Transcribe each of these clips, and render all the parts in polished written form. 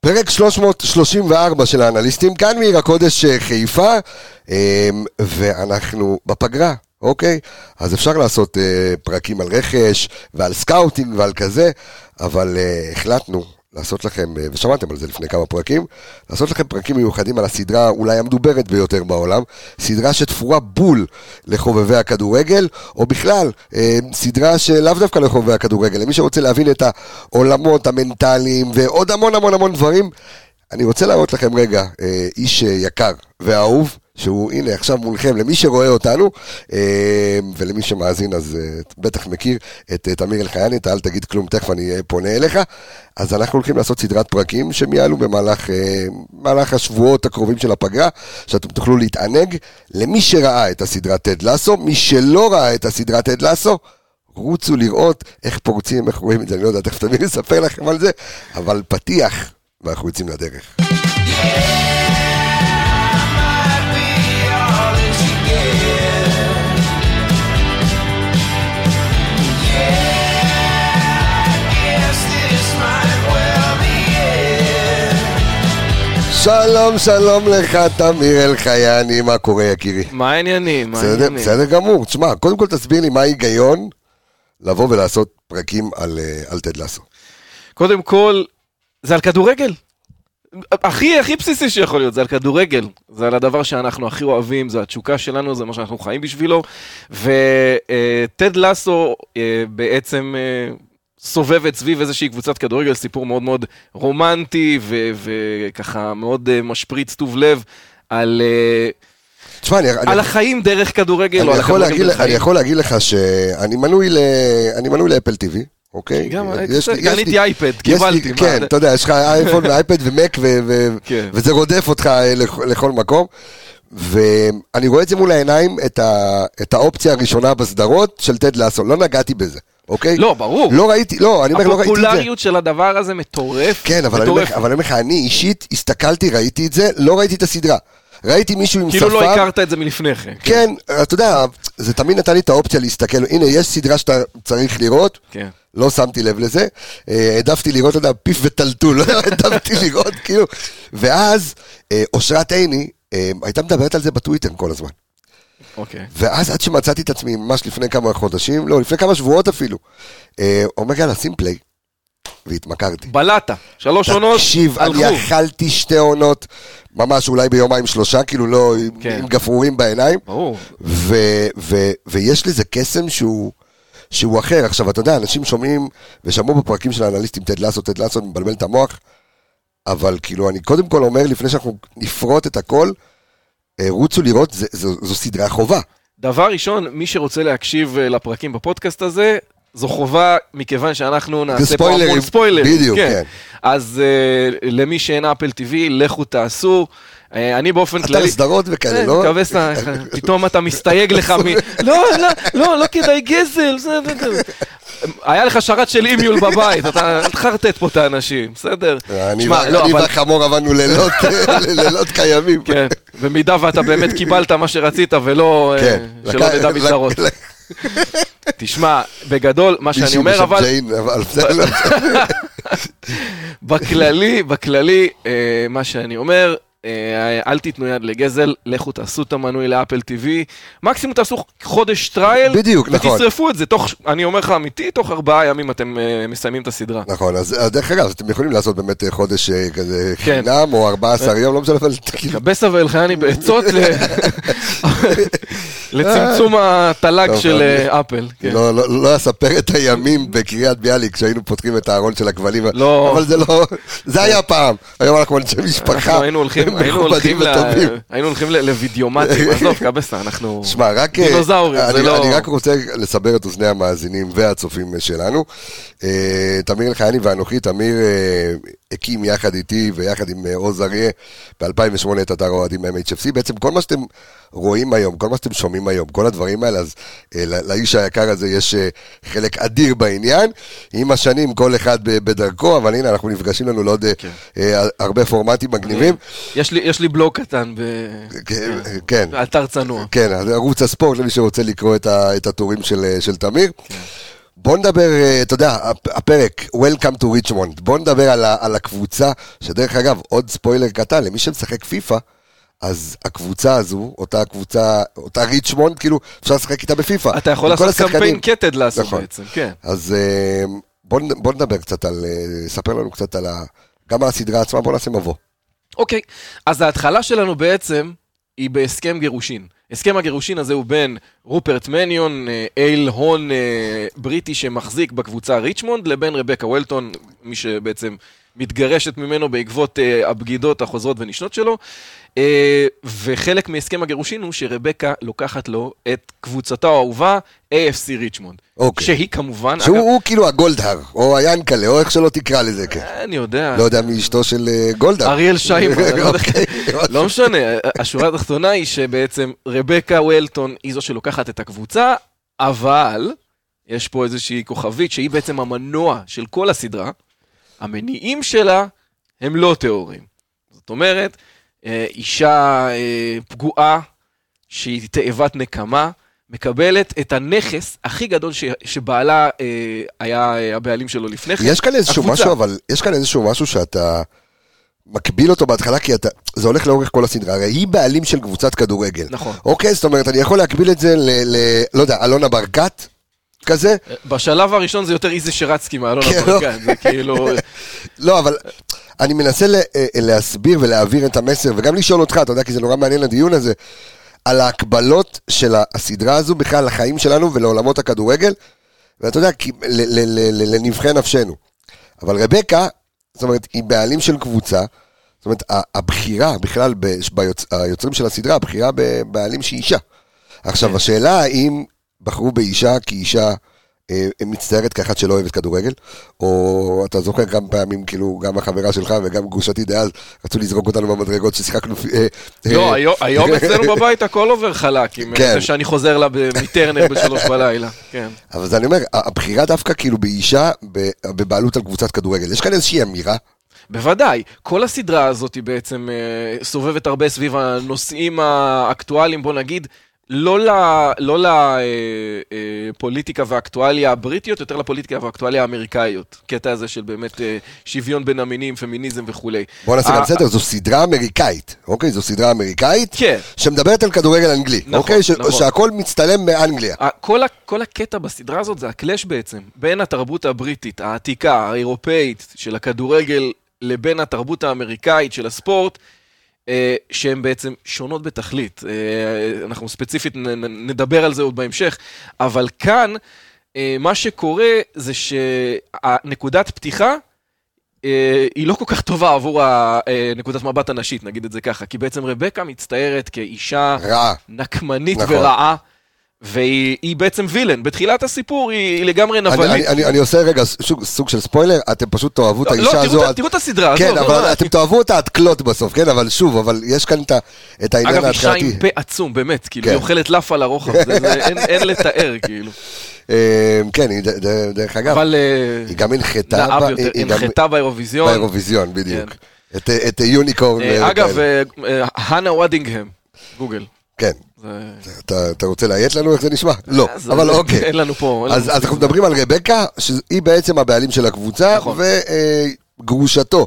פרק 334 של האנליסטים, כאן מעיר הקודש חיפה, ואנחנו בפגרה, אוקיי? אז אפשר לעשות פרקים על רכש ועל סקאוטינג ועל כזה, אבל החלטנו לעשות לכם, ושמעתם על זה לפני כמה פרקים, לעשות לכם פרקים מיוחדים על הסדרה אולי המדוברת ביותר בעולם, סדרה שתפורה בול לחובבי הכדורגל, או בכלל, סדרה שלאו דווקא לחובבי הכדורגל, למי שרוצה להבין את העולמות המנטליים, ועוד המון המון המון דברים, אני רוצה להראות לכם רגע, איש יקר ואהוב, שהוא הנה עכשיו מולכם, למי שרואה אותנו, ולמי שמאזין אז בטח מכיר את תמיר אלחייני, אתה אל תגיד כלום, תכף אני פונה אליך, אז אנחנו הולכים לעשות סדרת פרקים, שהם יעלו במהלך השבועות הקרובים של הפגרה, שאתם תוכלו להתענג, למי שראה את הסדרת טד לסו, מי שלא ראה את הסדרת טד לסו, רוצו לראות איך פורצים, איך רואים את זה, אני לא יודע, תכף תמיר לספר לכם על זה, אבל פתיח, ואנחנו יוצאים לדרך. שלום, שלום לך, תמיר אלחייני, מה קורה יקירי? מה העניינים? בסדר גמור, תשמע, קודם כל תסביר לי מה ההיגיון לבוא ולעשות פרקים על טד לסו. קודם כל, זה על כדורגל. הכי בסיסי שיכול להיות, זה על כדורגל. זה על הדבר שאנחנו הכי אוהבים, זה התשוקה שלנו, זה מה שאנחנו חיים בשבילו. וטד לסו בעצם סובבת סביב איזושהי קבוצת כדורגל, סיפור מאוד מאוד רומנטי וככה מאוד משפריץ טוב לב על החיים דרך כדורגל. אני יכול להגיד לך שאני מנוי לאפל טיווי, אוקיי? קניתי אייפד, קיבלתי. כן, אתה יודע, יש לך אייפון ואייפד ומק וזה רודף אותך לכל מקום, ואני רואה את זה מול העיניים, את האופציה הראשונה בסדרות של טד לסו, לא נגעתי בזה. אוקיי? לא, ברור. לא ראיתי, לא, אני אומר, לא ראיתי את זה. הפופולריות של הדבר הזה מטורף. כן, אבל אני אומר לך, אני אישית הסתכלתי, ראיתי את זה, לא ראיתי את הסדרה. ראיתי מישהו עם שפה. כאילו לא הכרת את זה מלפני כן. כן, אתה יודע, זה תמיד נתן לי את האופציה להסתכל, הנה, יש סדרה שאתה צריך לראות, לא שמתי לב לזה, העדפתי לראות, אתה יודע, פיף וטלטול, לא העדפתי לראות, כאילו, ואז, אושרת עיני, הייתה מדברת על זה בטוויטר כל הזמן. ואז עד שמצאתי את עצמי ממש לפני כמה חודשים, לא, לפני כמה שבועות אפילו, אומר יאללה, שים פליי, והתמכרתי. בלטה, 3 עונות, תקשיב, אני אכלתי 2 עונות, ממש אולי ביומיים 3, כאילו לא, עם גפרורים בעיניים, ויש לזה קסם שהוא אחר. עכשיו, אתה יודע, אנשים שומעים, ושמעו בפרקים של האנליסטים, טד לסו, מבלבל את המוח, אבל כאילו, אני קודם כל אומר, לפני שאנחנו נפרוט את הכל, רוצו לראות, זו סדרה חובה. דבר ראשון, מי שרוצה להקשיב לפרקים בפודקאסט הזה, זו חובה מכיוון שאנחנו נעשה פה המון ספוילרים. בדיוק, כן. אז למי שאין אפל טיווי, לכו תעשו. אני באופן כללי... אתה סדרות וכאלה, לא? פתאום אתה מסתייג לך לא כדאי גזל. היה לך שרת של אימיול בבית, אתה תחרטט פה את האנשים, בסדר? אני והחמור עבדנו לילות קיימים. כן, במידה ואתה באמת קיבלת מה שרצית ולא שלא נדע מצרות. תשמע, בגדול, מה שאני אומר, אבל... בכללי, מה שאני אומר, אל תיתנו יד לגזל, לכו תעשו את המנוי לאפל טיווי, מקסימום תעשו חודש טרייל, בדיוק, נכון. ותשרפו את זה, אני אומר לך אמיתי, תוך 4 ימים אתם מסיימים את הסדרה. נכון, אז דרך אגב, אתם יכולים לעשות באמת חודש כזה חינם, או 14 יום, לא משנה, אבל... בסה ואלחייני בעצות לצמצום התל"ג של אפל. לא אספר את הימים בקריית ביאליק, כשהיינו פותחים את הארון של הכבלים, אבל זה לא... זה היה פעם, היום אנחנו אנשי משפחה. היינו הולכים לוידאומטים, עזוב, קבסה, אנחנו דינוזאורים. אני רק רוצה לסבר את אוזני המאזינים והצופים שלנו. תמיר אלחייני ואנוכי, תמיר הקים יחד איתי ויחד עם עוז אריה ב-2008 את אתר האוהדים MHFC. בעצם כל מה שאתם רואים היום, כל מה שאתם שומעים היום, כל הדברים האלה, אז לאיש היקר הזה יש חלק אדיר בעניין. עם השנים כל אחד בדרכו, אבל הנה אנחנו נפגשים לנו לעוד הרבה פורמטים מגניבים. יש לי בלוג קטן באתר צנוע. כן, ערוץ הספורט, למי שרוצה לקרוא את הטורים של תמיר. בוא נדבר, אתה יודע, הפרק, Welcome to Richmond, בוא נדבר על הקבוצה, שדרך אגב, עוד ספוילר קטן, למי שמשחק פיפה, אז הקבוצה הזו, אותה קבוצה, אותה ריצ'מונד, כאילו, אפשר לשחק איתה בפיפה. אתה יכול לעשות קמפיין קטד לעשות בעצם, כן. אז בוא נדבר קצת על, ספר לנו קצת על, גם על הסדרה עצמה, בוא נעשה מבוא. אוקיי, אז ההתחלה שלנו בעצם היא בהסכם גירושין. הסכם הגירושין הזה הוא בין רופרט מניון, אייל הון בריטי שמחזיק בקבוצה ריצ'מונד, לבין רבקה וולטון, מי שבעצם מתגרשת ממנו בעקבות הבגידות החוזרות ונשנות שלו, וחלק מהסכם הגירושין הוא שרבקה לוקחת לו את קבוצתו האהובה, AFC ריצ'מונד. שהיא כמובן... שהוא כאילו הגולדהר, או היאנקלה, או איך שלא תקרא לזה. אני יודע. לא יודע מאשתו של גולדהר. אריאל שיימן. לא משנה. השורה התחתונה היא שבעצם רבקה וולטון היא זו שלוקחת את הקבוצה, אבל יש פה איזושהי כוכבית שהיא בעצם המנוע של כל הסדרה. המניעים שלה הם לא תיאוריים. זאת אומרת, אישה פגועה שהיא תאבת נקמה, מקבלת את הנכס הכי גדול שבעלה היה הבעלים שלו לפני כן. יש כאן איזשהו משהו, אבל יש כאן איזשהו משהו שאתה מקביל אותו בהתחלה, כי זה הולך לאורך כל הסדרה, הרי היא בעלים של קבוצת כדורגל. נכון. אוקיי, זאת אומרת, אני יכול להקביל את זה לא יודע, אלונה ברקת, כזה? בשלב הראשון זה יותר איזי שרצקי מאלונה ברקת, זה כאילו... לא, אבל אני מנסה להסביר ולהעביר את המסר, וגם לשאול אותך, אתה יודע, כי זה נורא מעניין לדיון הזה, על ההקבלות של הסדרה הזו בכלל לחיים שלנו ולעולמות הכדורגל, ואתה יודע, לנבחי נפשנו. אבל רבקה, זאת אומרת, היא בעלים של קבוצה, זאת אומרת, הבחירה בכלל, ביוצרים של הסדרה, הבחירה בבעלים שהיא אישה. עכשיו, השאלה האם בחרו באישה כאישה מצטערת כאחת שלא אוהבת כדורגל, או אתה זוכר גם פעמים, כאילו, גם החברה שלך וגם גרושתי דאז, רצו לזרוק אותנו במדרגות ששיחקנו... לא, היום אצלנו בבית הכל עובר חלק, עם זה שאני חוזר לה מטרנר ב3 בלילה, כן. אבל אז אני אומר, הבחירה דווקא כאילו באישה, בבעלות על קבוצת כדורגל, יש כאן איזושהי אמירה? בוודאי, כל הסדרה הזאת היא בעצם סובבת הרבה סביב הנושאים האקטואליים, בוא נגיד, לא לפוליטיקה והאקטואליה הבריטיות, יותר לפוליטיקה והאקטואליה האמריקאיות. קטע הזה של באמת שוויון בין המינים, פמיניזם וכו'. בוא נעשה גם סדר, זו סדרה אמריקאית, אוקיי? זו סדרה אמריקאית, שמדברת על כדורגל אנגלי, אוקיי? שהכל מצטלם מאנגליה. כל הקטע בסדרה הזאת זה הקלאש בעצם, בין התרבות הבריטית, העתיקה, האירופאית של הכדורגל, לבין התרבות האמריקאית של הספורט, שהן בעצם שונות בתכלית. אנחנו ספציפית נדבר על זה עוד בהמשך, אבל כאן מה שקורה זה שהנקודת פתיחה היא לא כל כך טובה עבור נקודת מבט הנשית, נגיד את זה ככה, כי בעצם רבקה מצטיירת כאישה נקמנית ורעה, והיא בעצם וילן. בתחילת הסיפור היא לגמרי נבלית. אני עושה רגע סוג של ספוילר, אתם פשוט תאהבו את האישה הזו. לא, תראו את הסדרה. כן, אבל אתם תאהבו את ההתקלות בסוף, כן, אבל שוב, אבל יש כאן את העניין אגב, אישה עם פה עצום, באמת, כאילו, היא אוכלת לפה לרוחב, אין לתאר, כאילו. כן, דרך אגב, היא גם הנחתה באירוויזיון. באירוויזיון, בדיוק. את יוניקורן. אגב, הנה וודינגהם, גוגל. כן. אתה רוצה להיית לנו איך זה נשמע? לא, אבל אוקיי. אין לנו פה. אז אנחנו מדברים על רבקה, שהיא בעצם הבעלים של הקבוצה, וגרושתו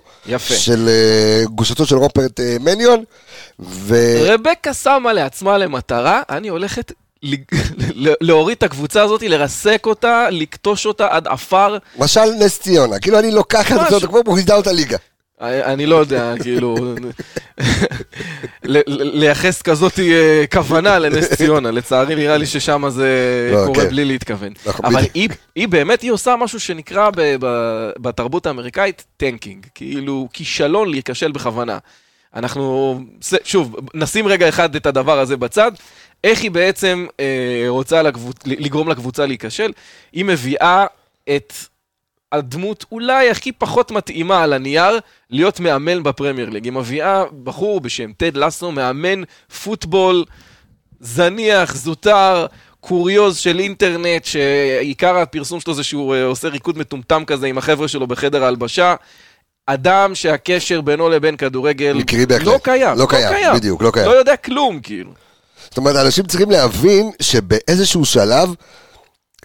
של רופרט מניון. רבקה שמה לעצמה למטרה, אני הולכת להוריד את הקבוצה הזאת, לרסק אותה, לקטוש אותה עד אפר. משל נס ציונה, כאילו אני לוקחת את זה, כמו מורידה אותה ליגה. אני לא יודע, כאילו, לייחס כזאת כוונה לנס ציונה, לצערי נראה לי ששם זה קורה בלי להתכוון. אבל היא באמת, היא עושה משהו שנקרא בתרבות האמריקאית טנקינג, כאילו כישלון להיכשל בכוונה. אנחנו, שוב, נשים רגע אחד את הדבר הזה בצד, איך היא בעצם רוצה לגרום לקבוצה להיכשל, היא מביאה את הדמות אולי הכי פחות מתאימה על הנייר להיות מאמן בפרמייר ליג. היא מביאה בחור בשם טד לסו, מאמן פוטבול זניח, זוטר, קוריוז של אינטרנט, שעיקר הפרסום שלו זה שהוא עושה ריקוד מטומטם כזה עם החבר'ה שלו בחדר ההלבשה. אדם שהקשר בינו לבין כדורגל לא קיים. לא קיים, בדיוק, לא קיים. לא יודע כלום, כאילו. זאת אומרת, אנשים צריכים להבין שבאיזשהו שלב,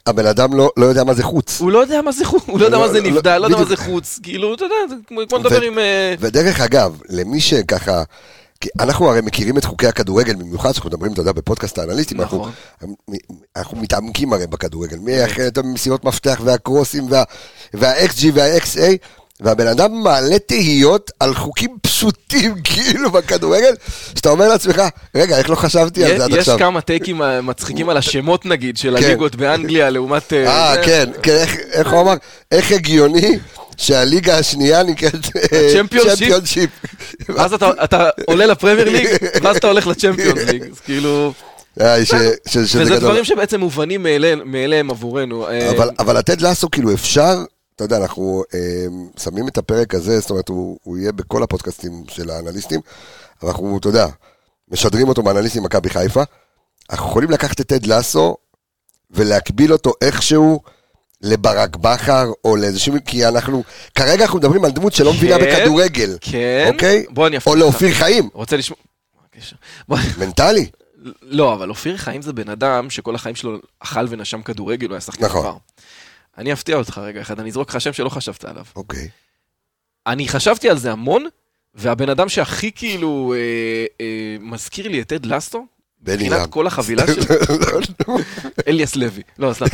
הבן אדם לא יודע מה זה חוץ. הוא לא יודע מה זה חוץ, הוא לא יודע מה זה נבדל, לא יודע מה זה חוץ, כאילו, אתה יודע, כמו לדבר עם... ודרך אגב, למי שככה, כי אנחנו הרי מכירים את חוקי הכדורגל, במיוחד שאנחנו מדברים, אתה יודע, בפודקאסט האנליסטים, אנחנו מתעמקים הרי בכדורגל, מסירות מפתח והקרוסים וה-XG וה-XA, והבן אדם מעלה תהיות על חוקים פשוטים כאילו בכדורגל, שאתה אומר לעצמך, רגע, איך לא חשבתי על זה עד עכשיו? יש כמה טייקים מצחיקים על השמות נגיד, של הליגות באנגליה לעומת... כן, איך הוא אמר? איך הגיוני שהליגה השנייה נקראת צ'מפיונשיפ. אז אתה עולה לפרמייר ליג, ואז אתה הולך לצ'מפיונס ליג, אז כאילו... וזה דברים שבעצם מובנים מאליהם עבורנו. אבל הטד לאסו כאילו אפשר... אתה יודע, אנחנו שמים את הפרק הזה, זאת אומרת, הוא יהיה בכל הפודקאסטים של האנליסטים, אבל אנחנו, אתה יודע, משדרים אותו מאנליסטים מכבי חיפה, אנחנו יכולים לקחת את טד לאסו, ולהקביל אותו איכשהו לברק בכר, או לאיזשהו, כי כרגע אנחנו מדברים על דמות שלא מבינה בכדורגל, אוקיי? או לאופיר חיים. רוצה לשמוע? מנטלי. לא, אבל אופיר חיים זה בן אדם, שכל החיים שלו אכל ונשם כדורגל, הוא היה שחקן דבר. אני אפתיע אותך רגע אחד, אני אזרוק לך שם שלא חשבת עליו. אוקיי. אני חשבתי על זה המון, והבן אדם שהכי כאילו מזכיר לי את טד לאסו, מבחינת כל החבילה שלו, אליאס לוי, לא, סתם.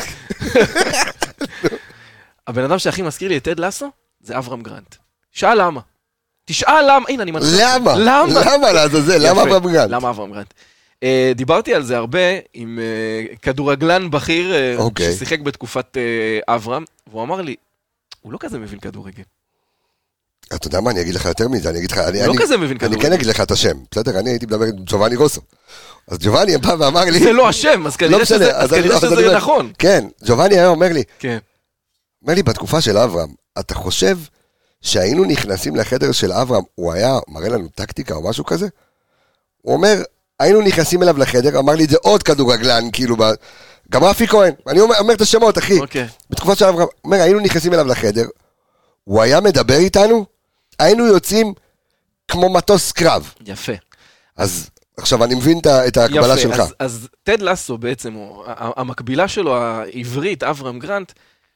הבן אדם שהכי מזכיר לי את טד לאסו, זה אברהם גרנט. שאל למה? תשאל למה, הנה אני מנסה. למה? למה לעזאזל? למה אברהם גרנט? למה אברהם גרנט? דיברתי על זה הרבה עם כדורגלן בכיר ששיחק בתקופת אברהם, והוא אמר לי, הוא לא כזה מבין כדורגל. אתה יודע מה, אני אגיד לך יותר מזה, אני אגיד לך, הוא לא כזה מבין כדורגל. אני כן אגיד לך את השם, בסדר, אני הייתי מדבר עם ג'ובאני רוסו. אז ג'ובאני בא ואמר לי... זה לא השם, אז כנראה שזה נכון. כן, ג'ובאני היה אומר לי, כן. אומר לי, בתקופה של אברהם, אתה חושב שהיינו נכנסים לחדר של אברהם, הוא היה מראה לנו טקטיקה או משהו כזה? הוא אומר, היינו נכנסים אליו לחדר, אמר לי את זה עוד כדורגלן, כאילו, גם רפי כהן, אני אומר את השמות, אחי. בתקופה של אברהם, אומר, היינו נכנסים אליו לחדר, הוא היה מדבר איתנו, היינו יוצאים כמו מטוס קרב. יפה. אז עכשיו אני מבין את ההקבלה שלך. אז טד לאסו בעצם, המקבילה שלו, העברית, אברהם גרנט,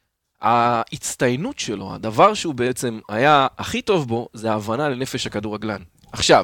ההצטיינות שלו, הדבר שהוא בעצם היה הכי טוב בו, זה ההבנה לנפש הכדורגלן. עכשיו,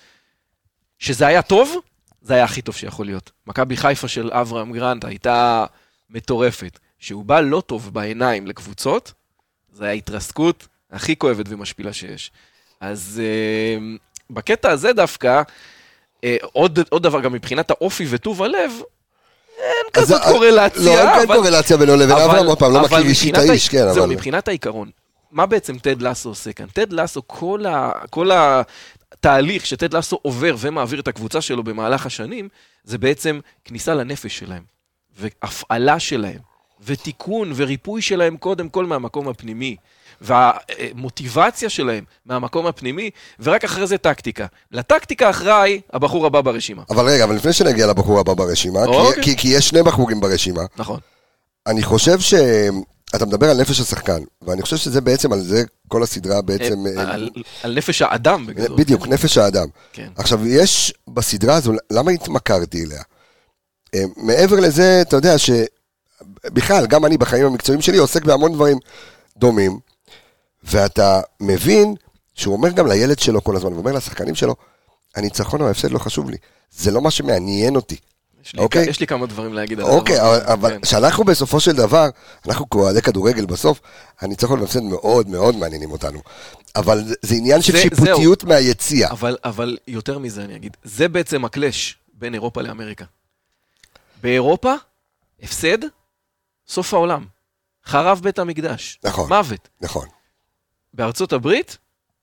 שזה היה טוב, זה היה הכי טוב שיכול להיות. מכבי חיפה של אברהם גרנט הייתה מטורפת. שהוא בא לא טוב בעיניים לקבוצות, זה היה התרסקות הכי כואבת ומשפילה שיש. אז בקטע הזה דווקא, עוד דבר גם מבחינת האופי וטוב הלב, אין כזאת קורלציה. לא, אין קורלציה בינו לבין אברהם, עוד פעם, לא מכיר אישית האיש, כן, אבל... זהו, מבחינת העיקרון. מה בעצם טד לאסו עושה כאן? טד לאסו, כל התהליך שטד לאסו עובר ומעביר את הקבוצה שלו במהלך השנים, זה בעצם כניסה לנפש שלהם, והפעלה שלהם, ותיקון וריפוי שלהם קודם כל מהמקום הפנימי, והמוטיבציה שלהם מהמקום הפנימי, ורק אחרי זה טקטיקה. לטקטיקה אחראי הבחור הבא ברשימה. אבל רגע, אבל לפני שנגיע לבחור הבא ברשימה, כי יש שני בחורים ברשימה. נכון. אני חושב אתה מדבר על נפש השחקן, ואני חושב שזה בעצם על זה כל הסדרה בעצם... על נפש האדם בגדול. בדיוק, נפש האדם. כן. עכשיו, יש בסדרה הזו, למה התמכרתי אליה? מעבר לזה, אתה יודע שבכלל, גם אני בחיים המקצועיים שלי עוסק בהמון דברים דומים, ואתה מבין שהוא אומר גם לילד שלו כל הזמן, הוא אומר לשחקנים שלו, הניצחון או ההפסד לא חשוב לי. זה לא מה שמעניין אותי. יש לי כמה דברים להגיד על זה. אוקיי, אבל שאנחנו בסופו של דבר, אנחנו כאוהדי כדורגל בסוף, הניצחון והפסד מאוד מאוד מעניינים אותנו. אבל זה עניין של שיפוטיות מהיציאה. אבל יותר מזה אני אגיד, זה בעצם הקלש בין אירופה לאמריקה. באירופה, הפסד, סוף העולם. חרב בית המקדש. נכון. מוות. נכון. בארצות הברית,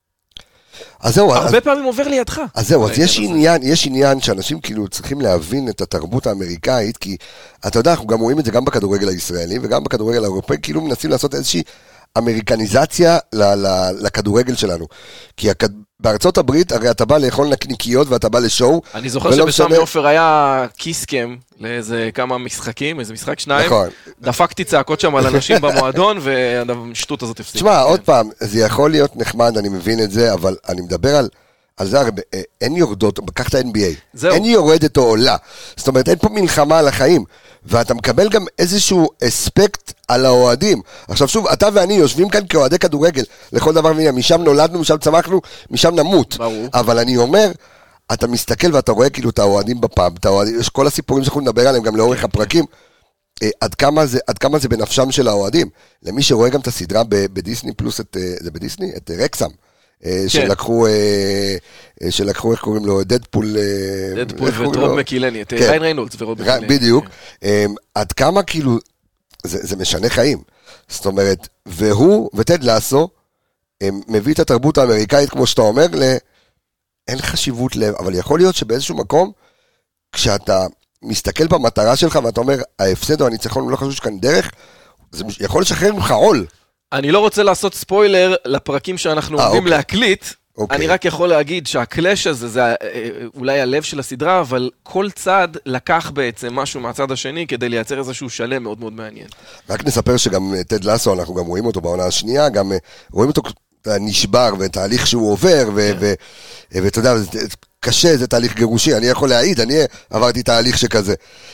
אז זהו, הרבה פעמים עובר לידך. אז זהו, אז יש עניין שאנשים כאילו צריכים להבין את התרבות האמריקאית, כי אתה יודע, אנחנו גם רואים את זה גם בכדורגל הישראלי, וגם בכדורגל האירופאי, כאילו מנסים לעשות איזושהי אמריקניזציה לכדורגל שלנו. כי בארצות הברית, הרי אתה בא לאכול נקניקיות ואתה בא לשואו. אני זוכר שבסמי עופר היה קיסקם לאיזה כמה משחקים, איזה משחק שניים. נכון. דפקתי צעקות שם על אנשים במועדון, והשטות הזאת הפסיק. תשמע, עוד פעם, זה יכול להיות נחמד, אני מבין את זה, אבל אני מדבר על על זה הרבה, אין יורדות, קח את ה-NBA, זהו. אין יורדת או עולה, זאת אומרת, אין פה מלחמה על החיים, ואתה מקבל גם איזשהו אספקט על האוהדים. עכשיו שוב, אתה ואני יושבים כאן כאוהדי כדורגל, לכל דבר ועניין, משם נולדנו, משם צמחנו, משם נמות. ברור. אבל אני אומר, אתה מסתכל ואתה רואה כאילו את האוהדים בפאב, יש כל הסיפורים שאנחנו נדבר עליהם גם לאורך הפרקים, עד כמה זה בנפשם של האוהדים. למי שרואה גם את הסדרה בדיסני פלוס, זה בדיסני? את רקסם. שלקחו, איך קוראים לו, דדפול ורוב מקילני, את ריין ריינולדס ורוב מקילני. בדיוק. עד כמה כאילו, זה משנה חיים. זאת אומרת, והוא וטד לסו, מביא את התרבות האמריקאית, כמו שאתה אומר, אין חשיבות לב, אבל יכול להיות שבאיזשהו מקום, כשאתה מסתכל במטרה שלך, ואתה אומר, ההפסד או הניצחון, הוא לא חשוב שכאן דרך, זה יכול לשחרר ממך עול. אני לא רוצה לעשות ספוילר לפרקים שאנחנו עומדים להקליט, אני רק יכול להגיד שהקלאש הזה זה אולי הלב של הסדרה, אבל כל צד לקח בעצם משהו מהצד השני כדי לייצר איזשהו שלם מאוד מאוד מעניין. רק נספר שגם טד לסו, אנחנו גם רואים אותו בעונה השנייה, גם רואים אותו נשבר ותהליך שהוא עובר, ואתה יודע, קשה, זה תהליך גירושי, אני יכול להעיד, אני עברתי תהליך שכזה.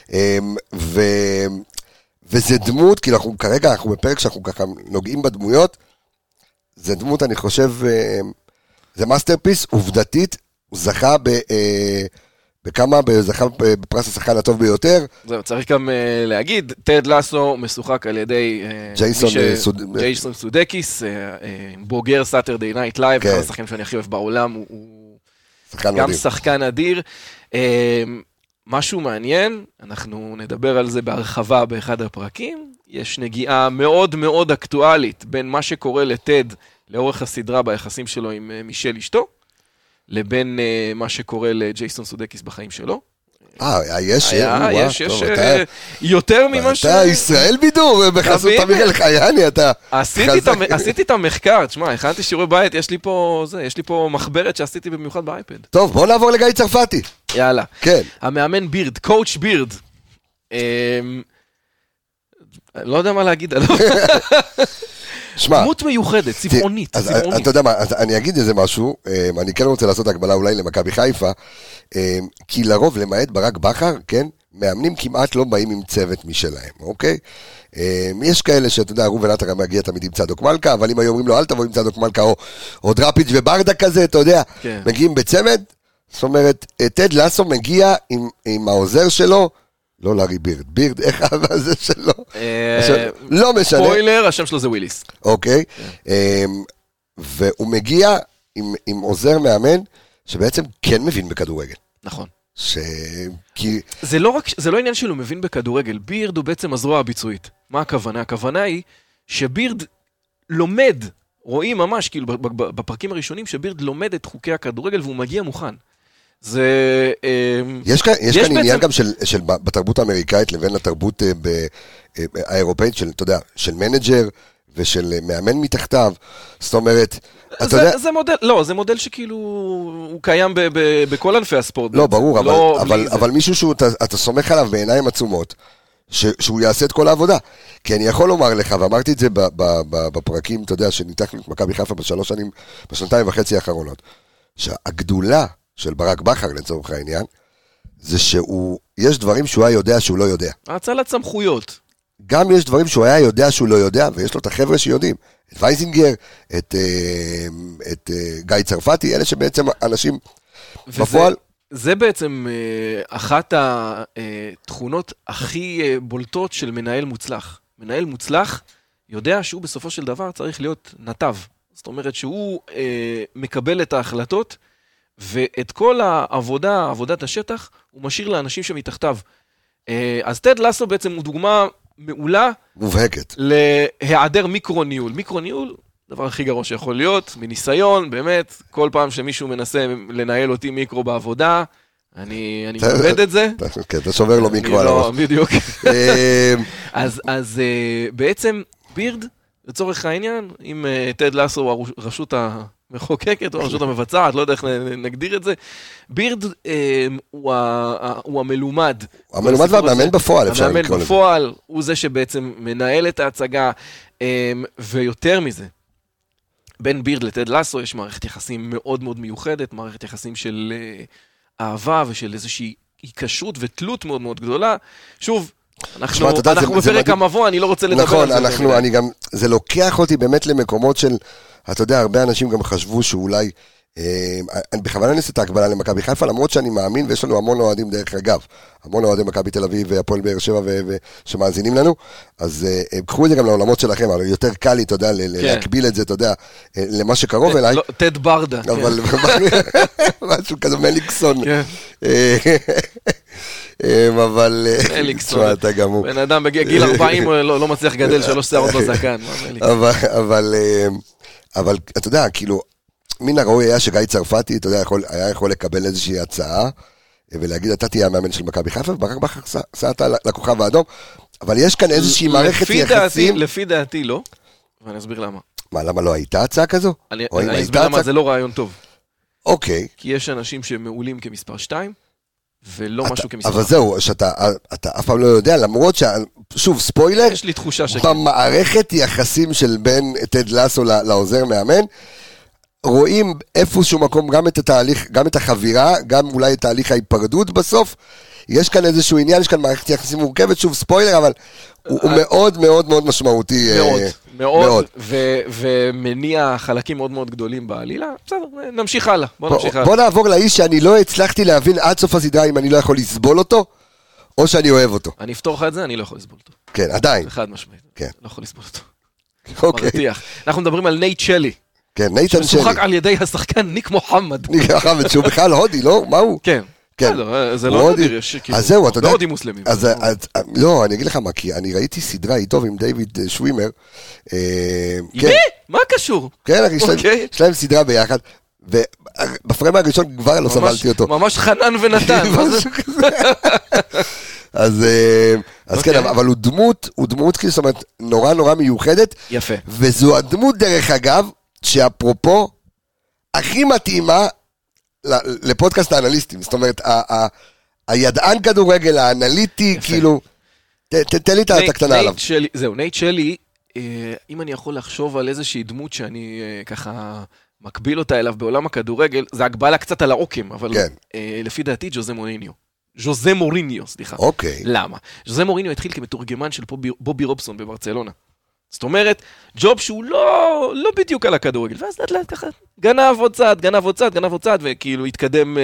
וזה דמות, כי כרגע אנחנו בפרק שאנחנו ככה נוגעים בדמויות, זה דמות, אני חושב, זה מאסטרפיס, עובדתית, הוא זכה זכה בפרס השחקן הטוב ביותר. זהו, צריך גם להגיד, טד לסו משוחק על ידי ג'ייסון סודקיס, בוגר סאטרדיי נייט לייב, אחד השחקנים שאני הכי אוהב בעולם, הוא גם שחקן אדיר. משהו מעניין, אנחנו נדבר על זה בהרחבה באחד הפרקים, יש נגיעה מאוד מאוד אקטואלית בין מה שקורה לטד לאורך הסדרה ביחסים שלו עם מישל אשתו, לבין מה שקורה לג'ייסון סודקיס בחיים שלו. יש יותר ממה ש... אתה ישראל בידור, בחסות אמירל חייני, אתה... עשיתי את המחקר, תשמע, הכנתי שיעורי בית, יש לי פה מחברת שעשיתי במיוחד באייפד. טוב, בוא נעבור לגיא צרפתי. יאללה. כן. המאמן בירד, קואוץ' בירד. לא יודע מה להגיד עליו. דמות מיוחדת, צבעונית. אתה יודע מה, אני אגיד איזה משהו, אני כן רוצה לעשות הקבלה אולי למכבי חיפה, כי לרוב למעט ברק בכר, כן, מאמנים כמעט לא באים עם צוות משלהם, אוקיי? יש כאלה שאתה יודע, רובן עטר מגיע תמיד עם צדוק מלכה, אבל אם היו אומרים לו אל תבוא עם צדוק מלכה או דראפיץ' וברדה כזה, אתה יודע, מגיעים בצמד, זאת אומרת, טד לסו מגיע עם העוזר שלו, לא לארי בירד, איך אהבה זה שלו? לא משנה. ספוילר, השם שלו זה וויליס. אוקיי. והוא מגיע עם עוזר מאמן, שבעצם כן מבין בכדורגל. נכון. זה לא עניין שלו מבין בכדורגל, בירד הוא בעצם הזרוע הביצועית. מה הכוונה? הכוונה היא שבירד לומד, רואים ממש, כאילו בפרקים הראשונים, שבירד לומד את חוקי הכדורגל והוא מגיע מוכן. יש כאן עניין גם בתרבות האמריקאית לבין התרבות האירופאית של מנג'ר ושל מאמן מתחתיו, זאת אומרת, זה מודל שכאילו הוא קיים בכל ענפי הספורט. לא, ברור, אבל מישהו שאתה סומך עליו בעיניים עצומות, שהוא יעשה את כל העבודה, כי אני יכול לומר לך, ואמרתי את זה בפרקים, אתה יודע, שניתחנו את מכבי חיפה בשנתיים וחצי האחרונות, שהגדולה של ברק בכר לצורך העניין, זה יש דברים שהוא היה יודע שהוא לא יודע. הצלת סמכויות. גם יש דברים שהוא היה יודע שהוא לא יודע, ויש לו את החבר'ה שיודעים. את וייזינגר, את גיא צרפתי, אלה שבעצם אנשים בפועל. זה בעצם אחת התכונות הכי בולטות של מנהל מוצלח. מנהל מוצלח יודע שהוא בסופו של דבר צריך להיות נתב. זאת אומרת שהוא מקבל את ההחלטות, ואת כל העבודה, עבודת השטח, הוא משאיר לאנשים שמתחתיו. אז טד לסו בעצם הוא דוגמה מעולה. מובהקת. להיעדר מיקרו-ניהול. מיקרו-ניהול, דבר הכי גרוע שיכול להיות, מניסיון, באמת, כל פעם שמישהו מנסה לנהל אותי מיקרו בעבודה, אני מבד את זה. כן, אתה שובר לו מיקרו על הראש. בדיוק. אז בעצם בירד, לצורך העניין, אם טד לסו הוא הרשות המחוקקת או הרשות המבצעת, לא יודע איך נגדיר את זה, בירד הוא המלומד. המלומד והמאמן בפועל, אפשר לקרוא לזה. המאמן בפועל הוא זה שבעצם מנהל את ההצגה, ויותר מזה, בין בירד לטד לסו יש מערכת יחסים מאוד מאוד מיוחדת, מערכת יחסים של אהבה ושל איזושהי היקשרות ותלות מאוד מאוד גדולה. שוב, אנחנו בפרק המבוא, אני לא רוצה לדבר על זה. נכון, אני גם, זה לוקח אותי באמת למקומות של, אתה יודע, הרבה אנשים גם חשבו שאולי, אני בכוונה נעשה את ההקבלה למכבי חיפה, למרות שאני מאמין, ויש לנו המון אוהדים דרך אגב, המון אוהדי מכבי תל אביב והפועל באר שבע שמאזינים לנו, אז קחו את זה גם לעולמות שלכם, אבל יותר קל לי, אתה יודע, להקביל את זה, אתה יודע, למה שקרוב אליי. טד ברדה. אבל משהו כזה מליקסון. אבל מליקסון. בן אדם בגיל 40 לא מצליח גדל 3 שערות בזקן. אבל אתה יודע, כאילו, מן הראוי היה שגיא צרפתי, אתה יודע, היה יכול לקבל איזושהי הצעה, ולהגיד, אתה תהיה המאמן של מכבי חיפה, ובחר סעת לכוכב האדום, אבל יש כאן איזושהי מערכת יחסים. לפי דעתי לא, ואני אסביר למה. מה, למה לא הייתה הצעה כזו? אני אסביר למה זה לא רעיון טוב. אוקיי. כי יש אנשים שמעולים כמספר 2, ולא משהו כמספר. אבל זהו, שאתה אף פעם לא יודע, למרות שוב, ספוילר, יש לי תחושה במערכת יחסים של בין טד לסו לעוזר מאמן, רואים איפשהו מקום גם את התהליך, גם את החבירה, גם אולי את תהליך ההיפרדות בסוף. יש כאן איזשהו עניין, יש כאן מערכת יחסים מורכבת, שוב ספוילר, אבל הוא מאוד מאוד מאוד משמעותי. מאוד, ומניע חלקים מאוד מאוד גדולים בעלילה. בסדר, נמשיך הלאה. בוא נעבור לאיש שאני לא הצלחתי להבין עד סוף הסדרה אם אני לא יכול לסבול אותו, או שאני אוהב אותו. אני אפתור לך את זה, אני לא יכול לסבול אותו. כן, עדיין. אחד משמעית. כן. לא יכול לסבול אותו. אוקיי. מרתיח. אנחנו מדברים על נייט שלי. כן, נייתן שלי. שמשוחק על ידי השחקן ניק מוחמד. ניק מוחמד, שהוא בכלל הודי, לא? מה הוא? כן. כן. זה לא נדיר, אז זהו, אתה יודע. בהודים מוסלמים. לא, אני אגיד לך מה, כי אני ראיתי סדרה איתו עם דיוויד שווימר. עם מי? מה קשור? כן, יש להם סדרה ביחד, ובפריים הראשון כבר לא סבלתי אותו. ממש חנן ונתן. אז כן, אבל הוא דמות, זאת אומרת, נורא נורא מיוחדת. יפה. וזו הדמות, דרך אגב, שאפרופו, הכי מתאימה לפודקאסט האנליסטים. זאת אומרת, הידען כדורגל, האנליטי, כאילו, תן לי את הקטנה עליו. זהו, נייט שלי, אם אני יכול לחשוב על איזושהי דמות שאני ככה מקביל אותה אליו בעולם הכדורגל, זה הגבלה קצת על העוקם, אבל לפי דעתי ז'וזה מוריניו, סליחה. אוקיי. למה? ז'וזה מוריניו התחיל כמתורגמן של בובי רובסון בברצלונה. זאת אומרת, ג'וב שהוא לא בדיוק על הכדורגל, ואז לאט לאט ככה, גנב עוד צעד, וכאילו התקדם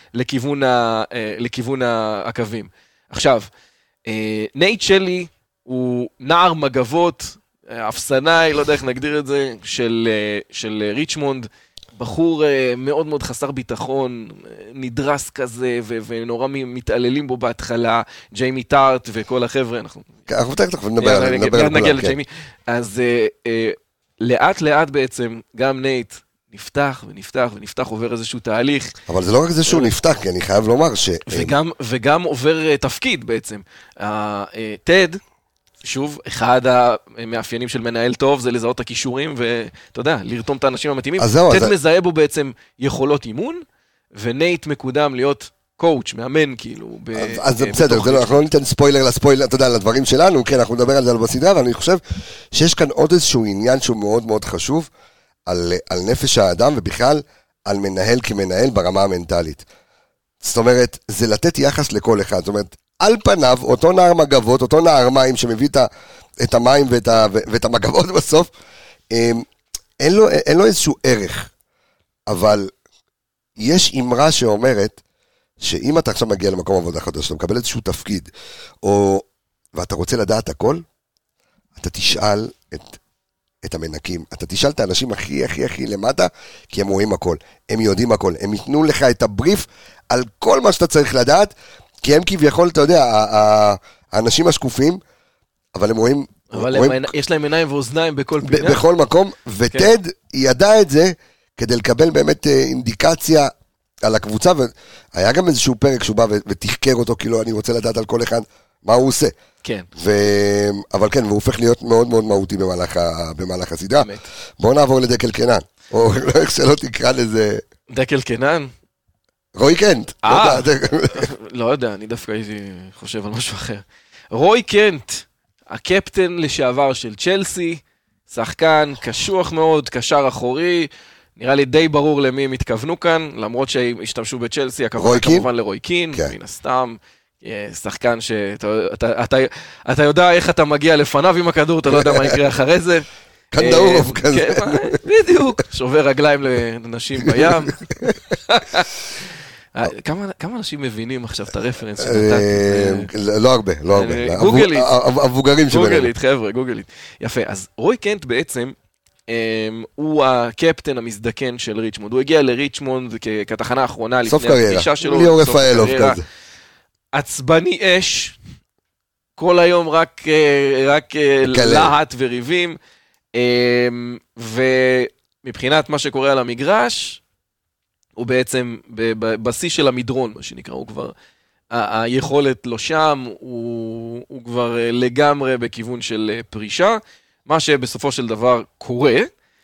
לכיוון הקווים. עכשיו, נייט שלי הוא נער מגבות, אפסנאי, לא יודע איך נגדיר את זה, של ריצ'מונד, בחור מאוד מאוד חסר ביטחון, נדרס כזה, ונורא מתעללים בו בהתחלה, ג'יימי טארט וכל החבר'ה, אנחנו תכף נדבר על כולם. אז לאט לאט בעצם, גם נייט נפתח, עובר איזשהו תהליך. אבל זה לא רק זה שהוא נפתח, כי אני חייב לומר ש... וגם עובר תפקיד בעצם. טד, שוב, אחד המאפיינים של מנהל טוב זה לזהות את הכישורים, ואתה יודע, לרתום את האנשים המתאימים. טד מזהה בו בעצם יכולות אימון, ונייט מקודם להיות קואוץ', מאמן כאילו. אז זה בסדר, אנחנו לא ניתן ספוילר, אתה יודע, לדברים שלנו, כן, אנחנו נדבר על זה בסדרה, ואני חושב שיש כאן עוד איזשהו עניין שהוא מאוד מאוד חשוב, על נפש האדם, ובכלל על מנהל כמנהל ברמה המנטלית. זאת אומרת, זה לתת יחס לכל אחד, זאת אומרת, על פניו, אותו נער מגבות, אותו נער מים שמביא את המים ואת המגבות בסוף, אין לו איזשהו ערך, אבל יש אמרה שאומרת, שאם אתה עכשיו מגיע למקום עבודה חדש, אתה מקבל איזשהו תפקיד, ואתה רוצה לדעת הכל, אתה תשאל את המנקים, אתה תשאל את האנשים הכי למטה, כי הם רואים הכל, הם יודעים הכל, הם ייתנו לך את הבריף על כל מה שאתה צריך לדעת, כי הם כביכול, אתה יודע, האנשים השקופים, אבל הם רואים... אבל יש להם עיניים ואוזניים בכל פינה. בכל מקום, וטד ידע את זה, כדי לקבל באמת אינדיקציה על הקבוצה, והיה גם איזשהו פרק שהוא בא ותחקר אותו, כאילו אני רוצה לדעת על כל אחד מה הוא עושה. כן. אבל כן, והוא הופך להיות מאוד מאוד מהותי במהלך הסדרה. בואו נעבור לדקל קנן, או איך שלא תקרא לזה... דקל קנן? רוי קנט. לא יודע, אני דווקא הייתי חושב על משהו אחר. רוי קנט, הקפטן לשעבר של צ'לסי, שחקן קשוח מאוד, קשר אחורי, נראה לי די ברור למי הם התכוונו כאן, למרות שהשתמשו בצ'לסי, הכוונה כמובן לרוי קין, מן הסתם, שחקן שאתה יודע איך אתה מגיע לפניו עם הכדור, אתה לא יודע מה יקרה אחרי זה. קנדאורוב כזה. בדיוק, שובר רגליים לנשים בים. כמה אנשים מבינים עכשיו את הרפרנס שנתתי? לא הרבה, לא הרבה. גוגלית. המבוגרים שבינינו. גוגלית, חבר'ה, גוגלית. יפה, אז רוי קנט בעצם, הוא הקפטן המזדקן של ריצ'מונד. הוא הגיע לריצ'מונד כתחנה האחרונה לפני הפגישה שלו. ליאור רפאלוב כזה. עצבני אש, כל היום רק להט וריבים, ומבחינת מה שקורה על המגרש, הוא בעצם בשיא של המדרון, מה שנקרא, הוא כבר, היכולת לא שם, הוא כבר לגמרי בכיוון של פרישה, מה שבסופו של דבר קורה,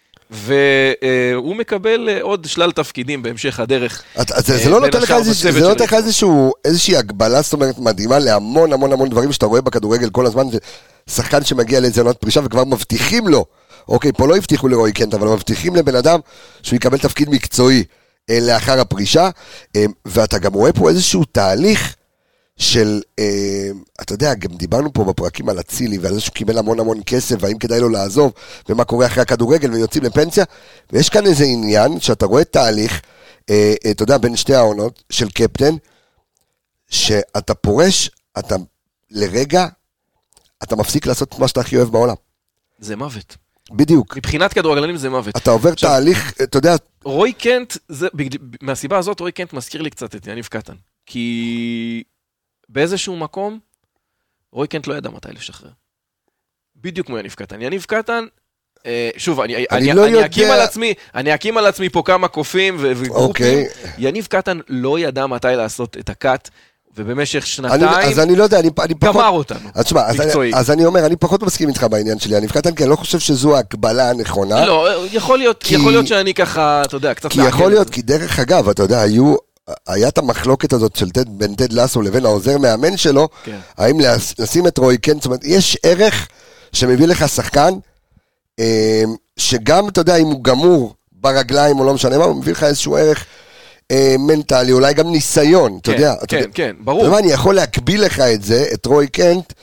והוא מקבל עוד שלל תפקידים בהמשך הדרך. זה לא נותן לך איזושהי הגבלה, זאת אומרת, מדהימה להמון המון המון דברים שאתה רואה בכדורגל כל הזמן, שחקן שמגיע לאיזה עונת פרישה וכבר מבטיחים לו, אוקיי, פה לא הבטיחו לרוי קנט, אבל מבטיחים לבן אדם שהוא יקבל תפקיד מקצועי לאחר הפרישה, ואתה גם רואה פה איזשהו תהליך של, אתה יודע, גם דיברנו פה בפרקים על הצילי, ועל זה שהוא קיבל המון המון כסף, והאם כדאי לו לעזוב, ומה קורה אחרי הכדורגל, ויוצאים לפנסיה, ויש כאן איזה עניין, שאתה רואה תהליך, אתה יודע, בין שתי העונות, של קפטן, שאתה פורש, אתה לרגע, אתה מפסיק לעשות מה שאתה הכי אוהב בעולם. זה מוות. בדיוק. מבחינת כדורגלנים זה מוות. אתה עובר תהליך, אתה יודע... רוי קנט, מהסיבה הזאת, רוי קנט מזכיר לי קצת את יניב קטן. כי באיזשהו מקום, רוי קנט לא ידע מתי לשחרר. בדיוק כמו יניב קטן. יניב קטן, שוב, אני אקים על עצמי פה כמה קופים וגרופים. יניב קטן לא ידע מתי לעשות את הקאט, ובמשך שנתיים, אז אני לא יודע, גמר אותנו. אז אני אומר, אני פחות מסכים איתך בעניין שלי, אני קטן, כי אני לא חושב שזו ההקבלה הנכונה. לא, יכול להיות שאני ככה, אתה יודע, קצת... כי יכול להיות, כי דרך אגב, אתה יודע, היה את המחלוקת הזאת של בין טד לסו לבין העוזר מאמן שלו, האם לשים את רוי קנט, זאת אומרת, יש ערך שמביא לך שחקן, שגם, אתה יודע, אם הוא גמור ברגליים או לא משנה מה, הוא מביא לך איזשהו ערך מנטלי, אולי גם ניסיון, אתה יודע. כן, ברור. אני יכול להקביל לך את זה, את רוי קנט,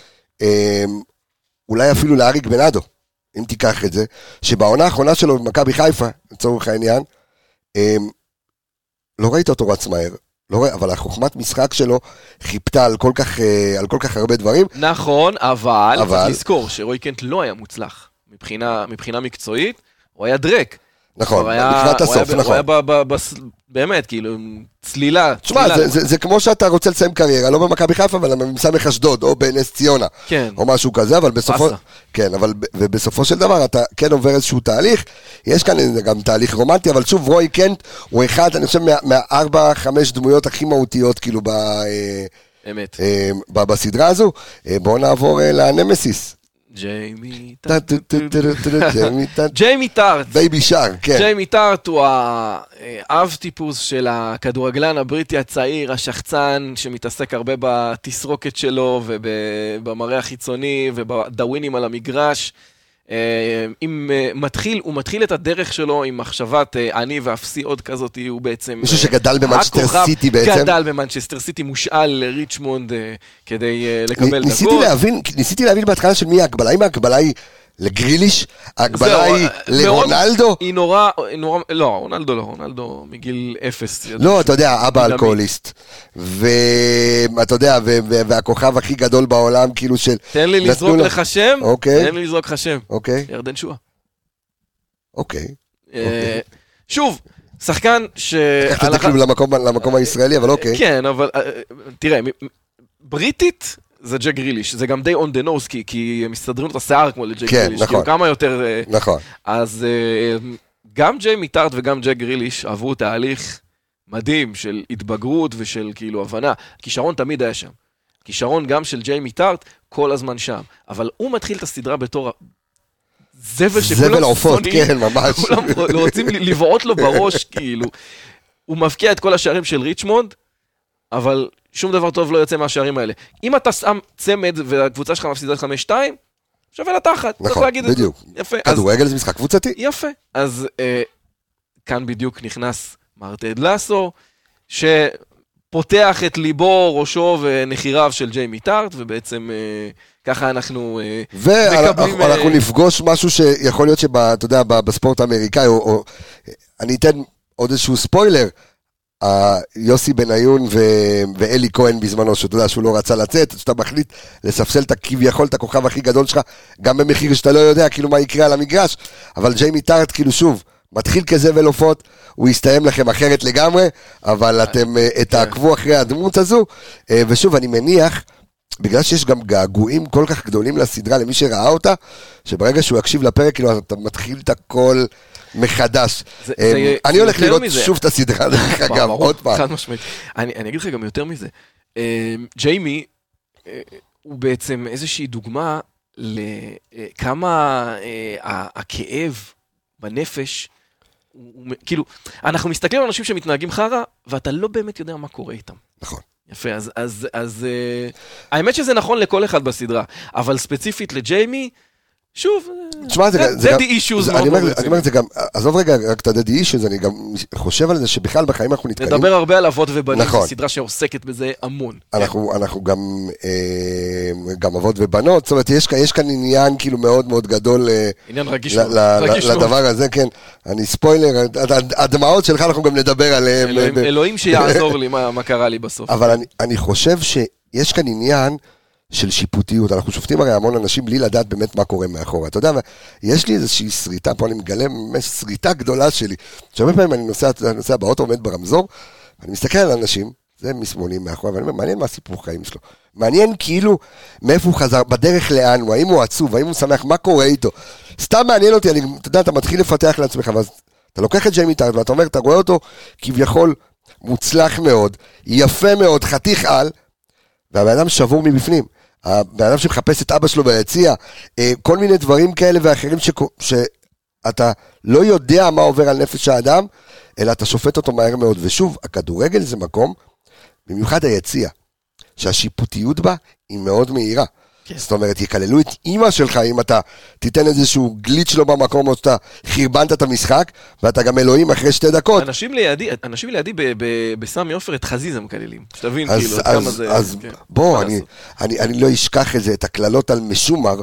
אולי אפילו לאריק בנאדו, אם תיקח את זה, שבעונה האחרונה שלו במכבי חיפה, לצורך העניין, לא ראית אותו רץ מהר, אבל החוכמת משחק שלו חיפתה על כל כך הרבה דברים. נכון, אבל צריך לזכור שרוי קנט לא היה מוצלח, מבחינה מקצועית, הוא היה דרק. נכון, לקראת הסוף, נכון. הוא היה באמת, כאילו, צלילה. תשמע, זה כמו שאתה רוצה לסיים קריירה, לא במכבי חיפה, אבל במסמך אשדוד, או בנס ציונה, או משהו כזה, אבל בסופו... כן, ובסופו של דבר, אתה כן עובר איזשהו תהליך, יש כאן גם תהליך רומנטי, אבל שוב, רוי קנט הוא אחד, אני חושב, מה4-5 דמויות הכי מהותיות, כאילו, בסדרה הזו. בואו נעבור לנמסיס. ג'יימי טארט, בייבי שרק, כן. ג'יימי טארט הוא האב טיפוס של הכדורגלן הבריטי הצעיר, השחצן שמתעסק הרבה בתסרוקת שלו ובמראה החיצוני ובדווינים על המגרש. הוא מתחיל את הדרך שלו עם מחשבת אני ואפסי עוד כזאת, הוא בעצם... מישהו שגדל במנצ'סטר סיטי בעצם. גדל במנצ'סטר סיטי, מושאל לריצ'מונד כדי לקבל דקות. ניסיתי להבין בהתחלה של מי ההקבלה, האם ההקבלה היא לגריליש, ההקבלה היא לרונלדו? היא נורא, לא, רונלדו מגיל 0. לא, אתה יודע, אבא אלכוהוליסט. ואתה יודע, והכוכב הכי גדול בעולם, כאילו של... תן לי לזרוק לך שם, ירדן שואה. אוקיי. שוב, שחקן ש... לקחת את זה כאילו למקום הישראלי, אבל אוקיי. כן, אבל תראה, בריטית... זה ג'ק גריליש, זה גם די on the nose, כי הם מסתדרים את השיער כמו לג'ק גריליש, כאילו כמה יותר... נכון. אז גם ג'יימי טארט וגם ג'ק גריליש עברו תהליך מדהים של התבגרות ושל כאילו הבנה. כישרון תמיד היה שם. כישרון גם של ג'יימי טארט כל הזמן שם. אבל הוא מתחיל את הסדרה בתור זבל זבל עופות, כן, ממש. כולם רוצים לבעוט לו בראש, כאילו. הוא מבקיע את כל השערים של ריצ'מונד, אבל שום דבר טוב לא יוצא מהשערים האלה. אם אתה שם צמד והקבוצה שלך מפסידה 5-2, שווה לתחת. נכון, בדיוק. יפה. כדורגל זה משחק קבוצתי. יפה. אז כאן בדיוק נכנס מר טד לסו, שפותח את ליבו, ראשו ונחריו של ג'יימי טארט, ובעצם ככה אנחנו מקבלים... ואנחנו נפגוש משהו שיכול להיות שאתה יודע, בספורט האמריקאי, או אני אתן עוד איזשהו ספוילר, יוסי בניון ואלי כהן בזמנו, שאתה יודע שהוא לא רצה לצאת, שאתה מחליט לספסל את כביכול את הכוכב הכי גדול שלך, גם במחיר שאתה לא יודע כאילו מה יקרה על המגרש, אבל ג'יימי טארט כאילו שוב, מתחיל כזבל עופות, הוא יסתיים לכם אחרת לגמרי, אבל אתם תעקבו אחרי הדמות הזו, ושוב אני מניח, בגלל שיש גם געגועים כל כך גדולים לסדרה, למי שראה אותה, שברגע שהוא יקשיב לפרק, כאילו אתה מתחיל את הכל מחדש. אני הולך לראות שוב את הסדרה, דרך אגב, עוד פעם. חד משמעית. אני אגיד לך גם יותר מזה. ג'יימי, הוא בעצם איזושהי דוגמה לכמה הכאב בנפש, כאילו, אנחנו מסתכלים על אנשים שמתנהגים חרא, ואתה לא באמת יודע מה קורה איתם. נכון. יפה, אז האמת שזה נכון לכל אחד בסדרה, אבל ספציפית לג'יימי, שוב, דדי אישוז. אני אומר את זה גם, עזוב רגע רק את הדדי אישוז, אני גם חושב על זה שבכלל בחיים אנחנו נתקעים. נדבר הרבה על אבות ובנים, זו סדרה שעוסקת בזה המון. אנחנו גם אבות ובנות, זאת אומרת, יש כאן עניין כאילו מאוד מאוד גדול לדבר הזה, כן. אני ספוילר, הדמעות שלך אנחנו גם נדבר עליהם. אלוהים שיעזור לי מה קרה לי בסוף. אבל אני חושב שיש כאן עניין של שיפוטיות, אנחנו שופטים הרי המון אנשים בלי לדעת באמת מה קורה מאחורה, אתה יודע, יש לי איזושהי שריטה, פה אני מגלה שריטה גדולה שלי, שהרבה פעמים אני נוסע באוטו, עומד ברמזור, ואני מסתכל על אנשים, זה משמאלים מאחורה, ואני אומר, מעניין מה הסיפור חיים שלו, מעניין כאילו מאיפה הוא חזר, בדרך לאן הוא, האם הוא עצוב, האם הוא שמח, מה קורה איתו, סתם מעניין אותי, אתה יודע, אתה מתחיל לפתח לעצמך, ואז אתה לוקח את ג'יימי טארט, ואתה אומר, אתה רואה אותו כביכול מוצלח מאוד, יפה מאוד, חתיך על, והבן אדם שבור מבפנים. הבן אדם שמחפש את אבא שלו ביציע, כל מיני דברים כאלה ואחרים שאתה לא יודע מה עובר על נפש האדם, אלא אתה שופט אותו מהר מאוד. ושוב, הכדורגל זה מקום, במיוחד היציע, שהשיפוטיות בה היא מאוד מהירה. זאת אומרת, יקללו את אמא שלך אם אתה תיתן איזשהו גליץ' לו במקום, או שאתה חרבנת את המשחק, ואתה גם אלוהים אחרי 2 דקות. אנשים לידי בסמי עופר את חזיזה מקללים. שתבין כאילו כמה זה... אז בוא, אני לא אשכח את זה, את הכללות על משומר,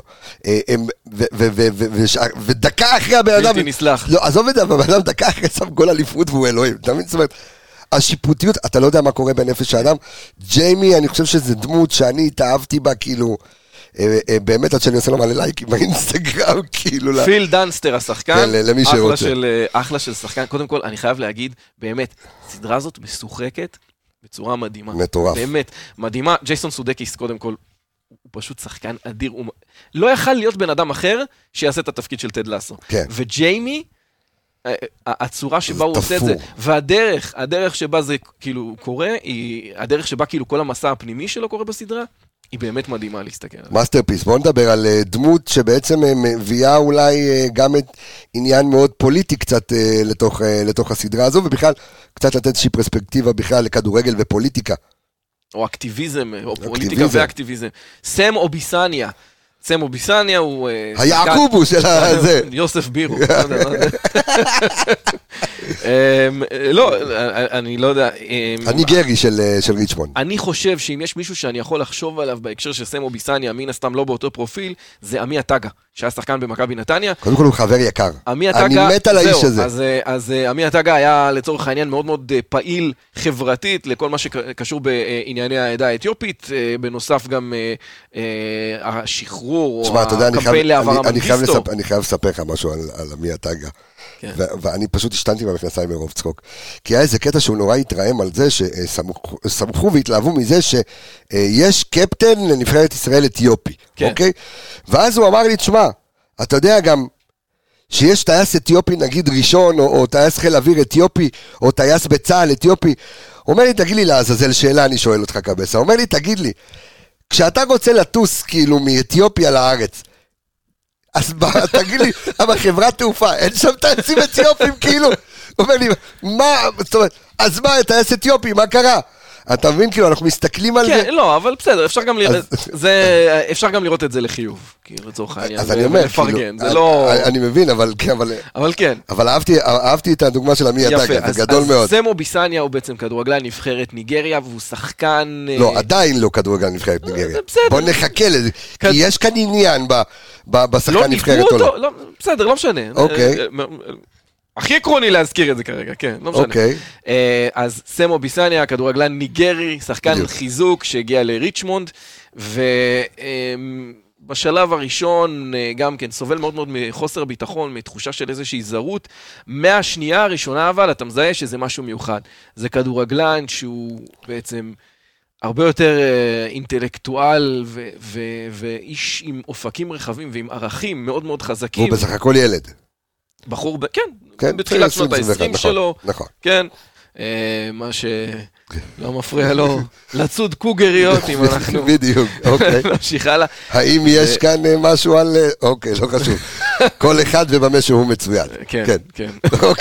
ודקה אחרי הבן אדם... בלתי נסלח. לא, עזוב את זה, אבל הבן אדם דקה אחרי שם גול אליפות והוא אלוהים. אתה מבין? זאת אומרת, השיפוטיות, אתה לא יודע מה קורה בנפש האדם. ג'יימי, אני חושב שזה דמות שאני התאהבתי בה, כאילו... באמת עד שאני עושה לו מלא לייקים באינסטגרם, כאילו... פיל דנסטר השחקן, למי שרוצה. אחלה של שחקן. קודם כל, אני חייב להגיד, באמת, הסדרה הזאת משוחקת בצורה מדהימה. מטורף. באמת, מדהימה. ג'ייסון סודקיס, קודם כל, הוא פשוט שחקן אדיר. לא יכל להיות בן אדם אחר שיעשה את התפקיד של טד לסו. וג'יימי, הצורה שבה הוא עושה את זה, והדרך שבה זה כאילו קורה, הדרך שבה כאילו כל המסע הפנימי שלו קורה בסדרה, היא באמת מדהימה להסתכל. מאסטרפיס, בוא נדבר על דמות שבעצם מביאה אולי גם את עניין מאוד פוליטי קצת לתוך הסדרה הזו, ובכלל קצת לתת איזושהי פרספקטיבה בכלל לכדורגל ופוליטיקה. או אקטיביזם, או פוליטיקה ואקטיביזם. סם אוביסניה. סם אוביסניה הוא... היעקובו של הזה. יוסף בירו. לא, אני לא יודע. הניגרי של ריצ'מונד. אני חושב שאם יש מישהו שאני יכול לחשוב עליו בהקשר של סם אוביסניה, מן הסתם לא באותו פרופיל, זה עמי עטגה, שהיה שחקן במכבי נתניה. קודם כל הוא חבר יקר. אני מת על האיש הזה. אז עמי עטגה היה לצורך העניין מאוד מאוד פעיל חברתית, לכל מה שקשור בענייני העדה האתיופית, בנוסף גם השחרור, או הקמפיין לעבר המנגיסטו. אני חייב לספר לך משהו על עמי עטגה. ואני פשוט השתנתי במכנסיים מרוב צחוק. כי היה איזה קטע שהוא נורא התרעם על זה, שסמכו והתלהבו מזה שיש קפטן לנבחרת ישראל אתיופי. אוקיי? ואז הוא אמר לי, תשמע, אתה יודע גם שיש טייס אתיופי נגיד ראשון, או טייס חיל אוויר אתיופי, או טייס בצהל אתיופי. הוא אומר לי, תגיד לי לעזאזל שאלה, אני שואל אותך קבסה. הוא אומר לי, תגיד לי, כשאתה רוצה לטוס כאילו מאתיופיה לארץ, אז תגיד לי, אבל חברת תעופה, אין שם טייסים אתיופים, כאילו, הוא אומר לי, מה, זאת אומרת, אז מה, טייס אתיופי, מה קרה? אתה מבין, כאילו, אנחנו מסתכלים על זה. כן, לא, אבל בסדר, אפשר גם לראות את זה לחיוב, כאילו, לצורך העניין. אז אני אומר, לפרגן, זה לא... אני מבין, אבל כן. אבל אהבתי את הדוגמה של עמי הדגה, זה גדול מאוד. אז סמו ביסניה הוא בעצם כדורגלן נבחרת ניגריה, והוא שחקן... לא, עדיין לא כדורגלן נבחרת ניגריה. בוא נחכה לזה, כי יש כאן עניין בשחקן נבחרת או לא. בסדר, לא משנה. אוקיי. הכי עקרוני להזכיר את זה כרגע, כן, לא משנה. אוקיי. אז סמו ביסניה, כדורגלן ניגרי, שחקן חיזוק שהגיע לריצ'מונד, ובשלב הראשון גם כן סובל מאוד מאוד מחוסר ביטחון, מתחושה של איזושהי זרות. מהשנייה הראשונה אבל אתה מזהה שזה משהו מיוחד. זה כדורגלן שהוא בעצם הרבה יותר אינטלקטואל ואיש עם אופקים רחבים ועם ערכים מאוד מאוד חזקים. הוא בסך הכל ילד. בחור, כן, בתחילת שנות ה-20 שלו, כן, מה שלא מפריע לו לצוד קוגריות, אם אנחנו בדיוק, אוקיי. נמשיך הלאה. האם יש כאן משהו על, אוקיי, לא חשוב, כל אחד ובמה שהוא מצוין. כן, כן.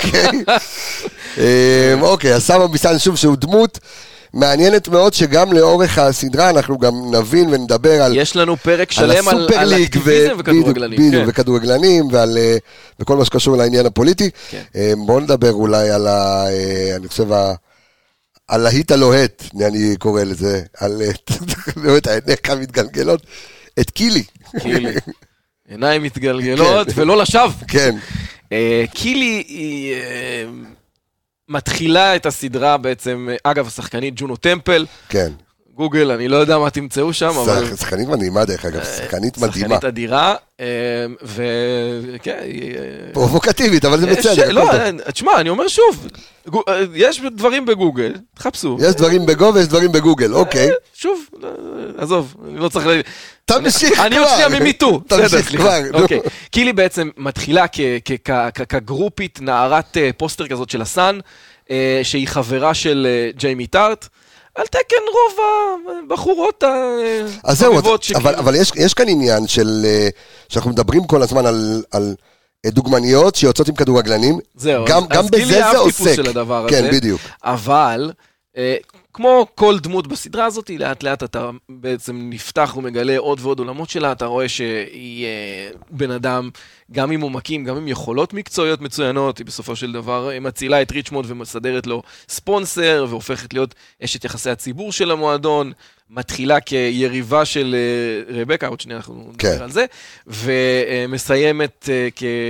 אוקיי, אז סמו ביסניה שוב שהוא דמות, מעניינת מאוד שגם לאורך הסדרה אנחנו גם נבין ונדבר על... יש לנו פרק שלם על אקטיביזם וכדורגלנים. בדיוק, וכדורגלנים וכל מה שקשור לעניין הפוליטי. בואו נדבר אולי על אני חושב, על להיט הלוהט, אני קורא לזה, על לוהט העינך מתגלגלות, את קילי. קילי. עיניים מתגלגלות ולא לשווא. כן. קילי היא... מתחילה את הסדרה בעצם, אגב, השחקנית ג'ונו טמפל. כן. גוגל, אני לא יודע מה תמצאו שם, אבל... שחקנית מדהימה דרך אגב, שחקנית מדהימה. שחקנית אדירה, וכן... פרובוקטיבית, אבל זה בסדר. לא, תשמע, אני אומר שוב, יש דברים בגוגל, תחפשו. יש דברים בגו ויש דברים בגוגל, אוקיי. שוב, עזוב, אני לא צריך... תמשיך כבר. אני עוד שנייה ממיטו. תמשיך כבר. אוקיי. קילי בעצם מתחילה כגרופית, נערת פוסטר כזאת של הסן, שהיא חברה של ג'יימי טארט, על תקן רוב הבחורות החביבות. אבל יש כאן עניין של, שאנחנו מדברים כל הזמן על דוגמניות שיוצאות עם כדורגלנים. זהו, גם בזה זה עוסק. של הדבר הזה. כן, בדיוק. אבל... כמו כל דמות בסדרה הזאת, לאט לאט אתה בעצם נפתח ומגלה עוד ועוד עולמות שלה, אתה רואה שהיא בן אדם, גם עם עומקים, גם עם יכולות מקצועיות מצוינות, היא בסופו של דבר מצילה את ריצ'מונד ומסדרת לו ספונסר, והופכת להיות אשת יחסי הציבור של המועדון, מתחילה כיריבה של רבקה, עוד שנייה אנחנו נדבר על זה, ומסיימת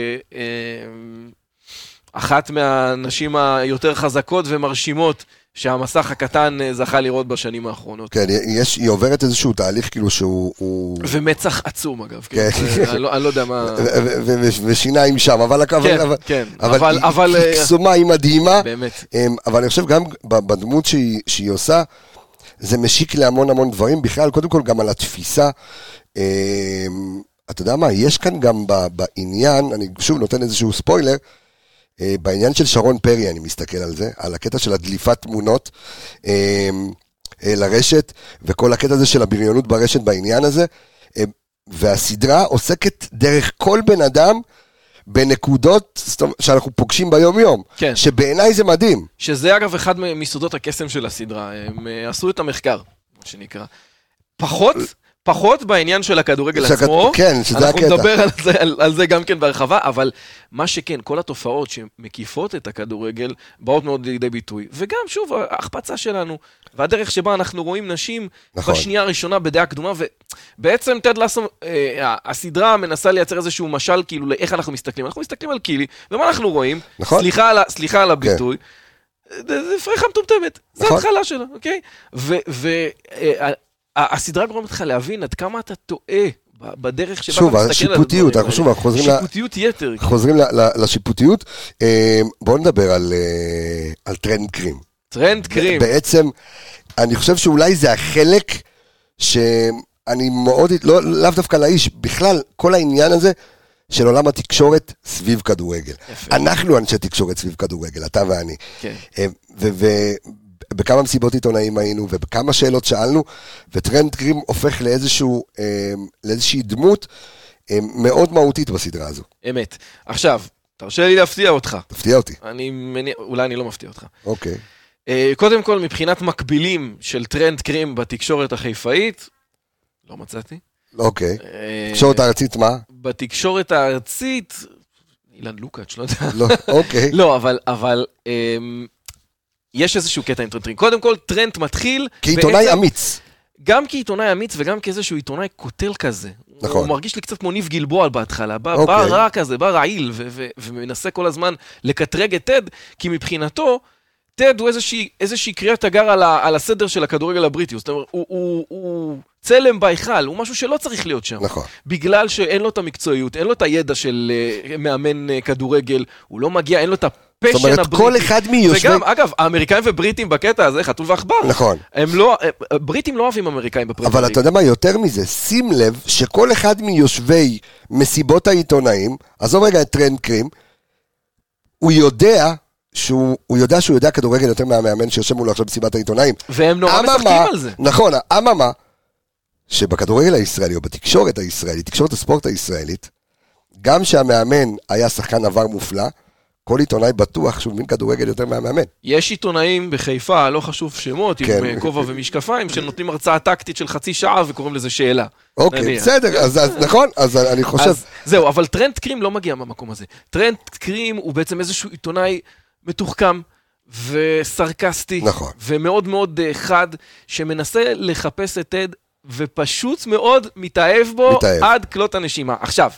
כאחת מהנשים היותר חזקות ומרשימות, שהמסך הקטן זכה לראות בשנים האחרונות. כן, היא עוברת איזשהו תהליך כאילו שהוא... ומצח עצום אגב, אני לא יודע מה... ושיניים שם, אבל היא קסומה, היא מדהימה. באמת. אבל אני חושב גם בדמות שהיא עושה, זה משיק להמון המון דברים, בכלל, קודם כל גם על התפיסה. אתה יודע מה, יש כאן גם בעניין, אני שוב נותן איזשהו ספוילר, בעניין של שרון פרי, אני מסתכל על זה, על הקטע של הדליפת תמונות לרשת, וכל הקטע הזה של הבריונות ברשת בעניין הזה, והסדרה עוסקת דרך כל בן אדם, בנקודות שאנחנו פוגשים ביום יום, כן. שבעיניי זה מדהים. שזה אגב אחד מסודות הקסם של הסדרה, הם עשו את המחקר, מה שנקרא. פחות בעניין של הכדורגל עצמו, כן, שזה אנחנו נדבר על זה גם כן בהרחבה, אבל מה שכן, כל התופעות שמקיפות את הכדורגל, באות מאוד לידי ביטוי, וגם שוב, ההחפצה שלנו, והדרך שבה אנחנו רואים נשים, נכון. בשנייה הראשונה בדעה קדומה, ובעצם טד לאסו, הסדרה מנסה לייצר איזשהו משל, כאילו לאיך אנחנו מסתכלים, אנחנו מסתכלים על קילי, ומה אנחנו רואים? נכון. סליחה על הביטוי, זה פרחה מטומטמת, זה התחלה שלה, אוקיי? הסדרה גורמת לך להבין עד כמה אתה טועה בדרך שבה אתה מסתכל על השיפוטיות, אנחנו שיפוטיות יתר. חוזרים לשיפוטיות. בואו נדבר על טרנד קרים. טרנד קרים. בעצם, אני חושב שאולי זה החלק שאני מאוד, לאו דווקא לאיש, בכלל, כל העניין הזה של עולם התקשורת סביב כדורגל. אנחנו אנשי תקשורת סביב כדורגל, אתה ואני. בכמה מסיבות עיתונאים היינו, ובכמה שאלות שאלנו, וטרנד קרים הופך לאיזושהי דמות מאוד מהותית בסדרה הזו. אמת. עכשיו, תרשה לי להפתיע אותך. תפתיע אותי. אולי אני לא מפתיע אותך. אוקיי. קודם כל, מבחינת מקבילים של טרנד קרים בתקשורת החיפאית, לא מצאתי. אוקיי. תקשורת הארצית מה? בתקשורת הארצית, אילן לוקאץ', לא יודע. לא, אוקיי. לא, אבל יש איזשהו קטע עם טרנד. קודם כל, טרנד מתחיל... כעיתונאי אמיץ. גם כעיתונאי אמיץ וגם כאיזשהו עיתונאי קוטל כזה. נכון. הוא מרגיש לי קצת כמו ניב גלבוע בהתחלה. בא רע כזה, בא רעיל, ומנסה כל הזמן לקטרג את טד, כי מבחינתו, טד הוא איזושהי קריאת תגר על הסדר של הכדורגל הבריטי. זאת אומרת, הוא צלם בהיכל, הוא משהו שלא צריך להיות שם. נכון. בגלל שאין לו את המקצועיות, אין לו את הידע של מאמן כדורגל, הוא לא מגיע, אין לו את הפשן הבריטי. זאת אומרת, כל אחד מיושבי... וגם, אגב, האמריקאים ובריטים בקטע הזה, חתול ועכבר. נכון. בריטים לא אוהבים אמריקאים בפרמייר ליג. אבל אתה יודע מה, יותר מזה, שים לב שכל אחד מיושבי מסיבות העיתונאים, עזוב רגע את טרנד קרים, הוא יודע שהוא יודע כדורגל יותר מהמאמן שיושב מולו עכשיו במסיבת העיתונאים. והם נורא משחקים על זה. נכון, אממה, שבכדורגל הישראלי או בתקשורת הישראלית, תקשורת הספורט הישראלית, גם שהמאמן היה שחקן עבר מופלא, כל עיתונאי בטוח שהוא מבין כדורגל יותר מהמאמן. יש עיתונאים בחיפה, לא חשוב שמות, עם כובע ומשקפיים, שנותנים הרצאה טקטית של חצי שעה וקוראים לזה שאלה. אוקיי, בסדר, אז נכון, אז אני חושב... זהו, אבל טרנד קרים לא מגיע מהמקום הזה. טרנד קרים הוא בעצם איזשהו עיתונאי מתוחכם וסרקסטי, נכון. ומאוד מאוד חד, שמנסה לחפש את טד, ופשוט מאוד מתאהב בו עד כלות הנשימה. עכשיו,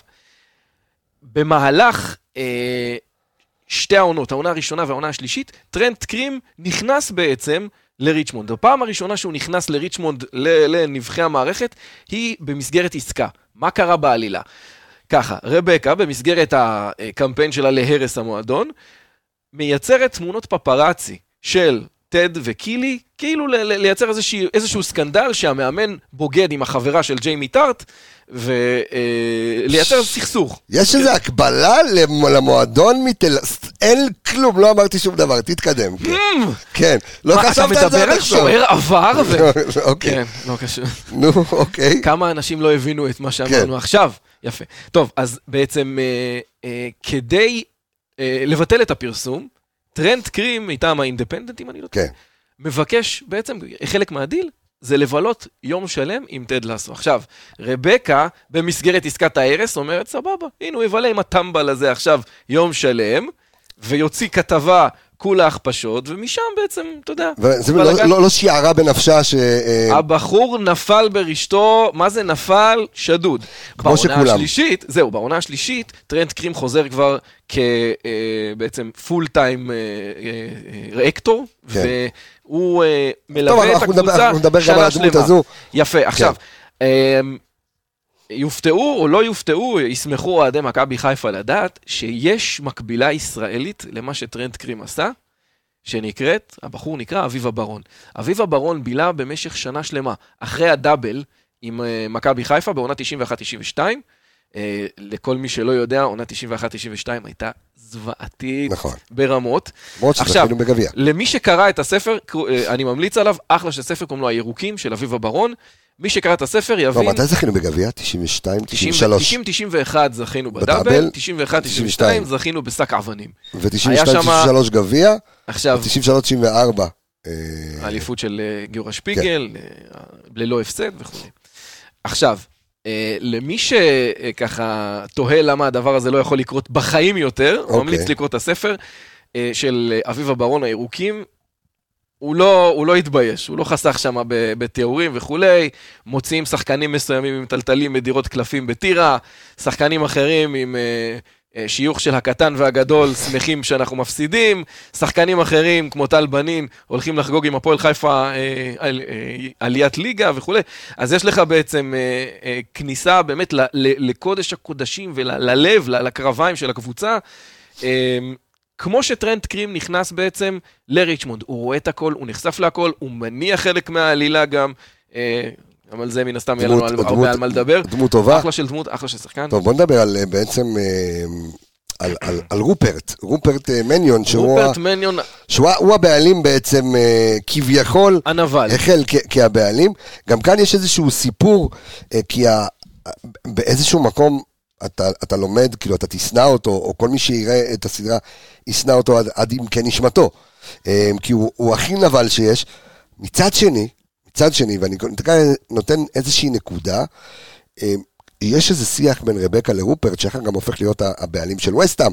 במהלך שתי העונות, העונה הראשונה והעונה השלישית, טרנד קרים נכנס בעצם לריצ'מונד. הפעם הראשונה שהוא נכנס לריצ'מונד לנבחי המערכת, היא במסגרת עסקה. מה קרה בעלילה? ככה, רבקה, במסגרת הקמפיין שלה להרס המועדון, מייצרת תמונות פפרצי של טד וקילי, כאילו לייצר איזשהו סקנדל שהמאמן בוגד עם החברה של ג'יימי טארט, ולייצר סכסוך. יש איזו הקבלה למועדון אין כלום, לא אמרתי שום דבר, תתקדם. כן, לא חשבת אתה מדבר על שוער עבר? אוקיי. כן, לא קשור. נו, אוקיי. כמה אנשים לא הבינו את מה שאמרנו עכשיו? יפה. טוב, אז בעצם כדי לבטל את הפרסום, טרנד קרים, מטעם האינדפנדנט, אם אני לא טועה, מבקש בעצם, חלק מהדיל, זה לבלות יום שלם עם טד לסו. עכשיו, רבקה, במסגרת עסקת ההרס, אומרת, סבבה, הנה הוא יבלה עם הטמבל הזה עכשיו יום שלם, ויוציא כתבה כולה הכפשות, ומשם בעצם, אתה יודע... וזה לא שיערה בנפשה ש... הבחור נפל ברשתו, מה זה נפל? שדוד. כמו שכולם. השלישית, זהו, בעונה השלישית, טרנד קרים חוזר כבר כבעצם פול טיים ריאקטור, והוא מלווה את הקבוצה שנה שלמה. יפה, עכשיו, יופתעו או לא יופתעו, ישמחו אוהדי מכבי חיפה לדעת שיש מקבילה ישראלית למה שטרנד קרים עשה, שנקראת, הבחור נקרא אביב הברון. אביב הברון בילה במשך שנה שלמה, אחרי הדאבל עם מכבי חיפה בעונה 91-92, לכל מי שלא יודע, עונה 91-92 הייתה זוועתית ברמות. עכשיו, למי שקרא את הספר, אני ממליץ עליו, אחלה של ספר, קוראים לו הירוקים של אביב הברון, מי שקרא את הספר יבין... לא, מתי זכינו בגביע? 92, 93? 90-91 זכינו בדאבל, 91-92 זכינו בשק אבנים. ו-92-93 גביע, ו-93-94. האליפות של גיורא שפיגל, ללא הפסד וכו'. עכשיו, למי שככה תוהה למה הדבר הזה לא יכול לקרות בחיים יותר, ממליץ לקרוא את הספר של אביב הברון הירוקים, הוא לא התבייש, הוא לא חסך שם בתיאורים וכולי, מוציאים שחקנים מסוימים עם טלטלים מדירות קלפים בטירה, שחקנים אחרים עם שיוך של הקטן והגדול, שמחים שאנחנו מפסידים, שחקנים אחרים כמו טל בנין, הולכים לחגוג עם הפועל חיפה עליית ליגה וכולי, אז יש לך בעצם כניסה באמת לקודש הקודשים וללב, לקרביים של הקבוצה, כמו שטרנד קרים נכנס בעצם לריצ'מונד, הוא רואה את הכל, הוא נחשף להכל, הוא מניח חלק מהעלילה גם, גם על זה מן הסתם יהיה לנו הרבה על מה לדבר. דמות טובה. אחלה של דמות, אחלה של שחקן. טוב, בוא נדבר על בעצם, על רופרט מניון, שהוא הבעלים בעצם כביכול, הנבל. החל כהבעלים. גם כאן יש איזשהו סיפור, כי באיזשהו מקום, אתה לומד, כאילו אתה תסנע אותו, או כל מי שיראה את הסדרה, יסנע אותו עד אם כן נשמתו. כי הוא הכי נבל שיש. מצד שני, ואני נותן איזושהי נקודה, יש איזה שיח בין רבקה לרופרט, שאחר גם הופך להיות הבעלים של ווסטהאם,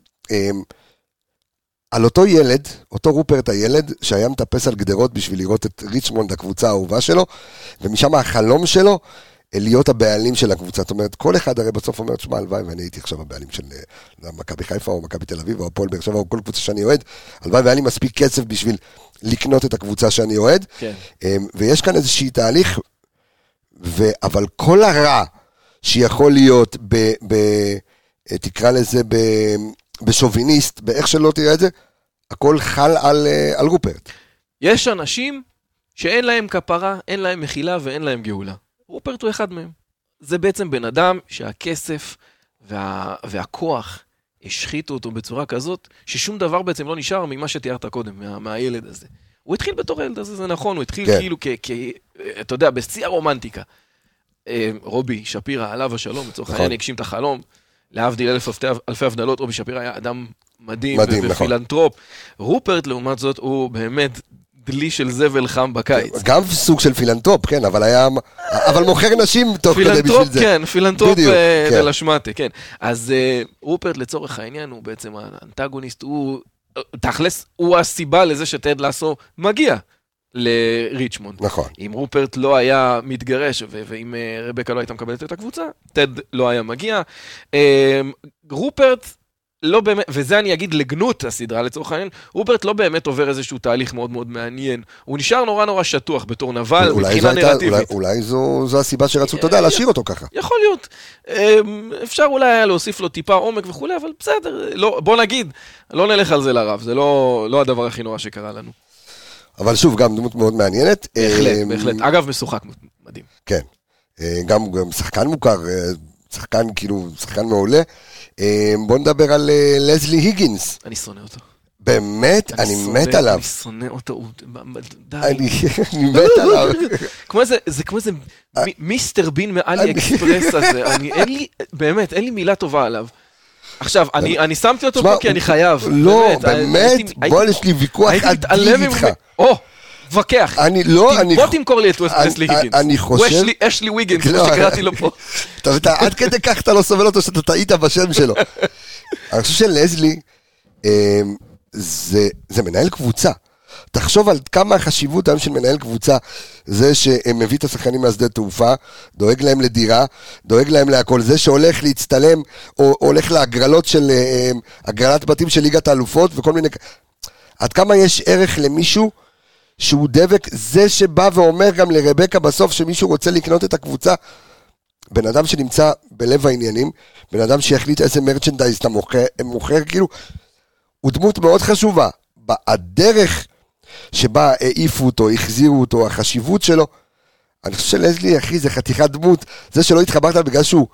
על אותו ילד, אותו רופרט הילד, שהיה מטפס על גדרות בשביל לראות את ריצ'מונד, הקבוצה האהובה שלו, ומשם החלום שלו, להיות הבעלים של הקבוצה. זאת אומרת, כל אחד הרי בסוף אומר, שמה, הלוואי, ואני הייתי עכשיו הבעלים של מכבי חיפה, או מכבי תל אביב, או הפועל באר שבע, או כל קבוצה שאני אוהד, הלוואי, והיה לי מספיק כסף בשביל לקנות את הקבוצה שאני אוהד. כן. ויש כאן איזושהי תהליך, אבל כל הרע שיכול להיות תקרא לזה בשוביניסט, באיך שלא תראה את זה, הכל חל על רופרט. יש אנשים שאין להם כפרה, אין להם מחילה ואין להם גאולה. רופרט הוא אחד מהם. זה בעצם בן אדם שהכסף והכוח השחיתו אותו בצורה כזאת, ששום דבר בעצם לא נשאר ממה שתיארת קודם, מהילד הזה. הוא התחיל בתור הילד הזה, זה נכון, הוא התחיל כן. כאילו אתה יודע, בשיא הרומנטיקה. רובי שפירא, עליו השלום, לצורך העניין הגשים את החלום, להבדיל אלפי הבדלות, רובי שפירא היה אדם מדהים ופילנטרופ. רופרט לעומת זאת הוא באמת דלי של זבל חם בקיץ. גם סוג של פילנטרופ, כן, אבל מוכר נשים תוך כדי בשביל זה. כן, פילנטרופ דלשמטה, כן. אז רופרט לצורך העניין הוא בעצם האנטגוניסט, הוא תכלס, הוא הסיבה לזה שטד לאסו מגיע לריצ'מונד. נכון. אם רופרט לא היה מתגרש, ואם רבקה לא הייתה מקבלת את הקבוצה, טד לא היה מגיע. רופרט לא באמת, וזה אני אגיד לגנות הסדרה לצורך העניין, רופרט לא באמת עובר איזשהו תהליך מאוד מאוד מעניין. הוא נשאר נורא נורא שטוח בתור נבל, מבחינה נרטיבית. אולי זו הסיבה שרצו, אתה יודע, להשאיר אותו ככה. יכול להיות. אפשר אולי היה להוסיף לו טיפה עומק וכו', אבל בסדר. בוא נגיד, לא נלך על זה לרב, זה לא הדבר הכי נורא שקרה לנו. אבל שוב, גם דמות מאוד מעניינת. בהחלט. אגב, משוחק מדהים. כן. גם שחקן מוכר, שחקן מעולה. בוא נדבר על לזלי היגינס. אני שונא אותו. באמת? אני מת עליו. אני שונא אותו. די. אני מת עליו. זה כמו איזה מיסטר בין מאלי אקספרס הזה. באמת, אין לי מילה טובה עליו. עכשיו, אני שמתי אותו פה כי אני חייב. לא, באמת, בוא יש לי ויכוח עדין איתך. תבקח. בוא תמכור לי את לזלי היגינס. אני חושב... אשלי ויגינס, כמו שקראתי לו פה. עד כדי כך אתה לא סובל אותו שאתה טעית בשם שלו. אני חושב שלזלי זה מנהל קבוצה. תחשוב על כמה החשיבות היום של מנהל קבוצה, זה שמביא את השחקנים מהשדה תעופה, דואג להם לדירה, דואג להם להכל, זה שהולך להצטלם, או הולך להגרלות של, הגרלת בתים של ליגת האלופות, וכל מיני... עד כמה יש ערך למישהו שהוא דבק, זה שבא ואומר גם לרבקה בסוף, שמישהו רוצה לקנות את הקבוצה, בן אדם שנמצא בלב העניינים, בן אדם שיחליט איזה מרצ'נדייז אתה מוכר, כאילו, הוא דמות מאוד חשובה, הדרך שבה העיפו אותו, החזירו אותו, החשיבות שלו, אני חושב שלזלי, אחי, זה חתיכת דמות, זה שלא התחברת בגלל שהוא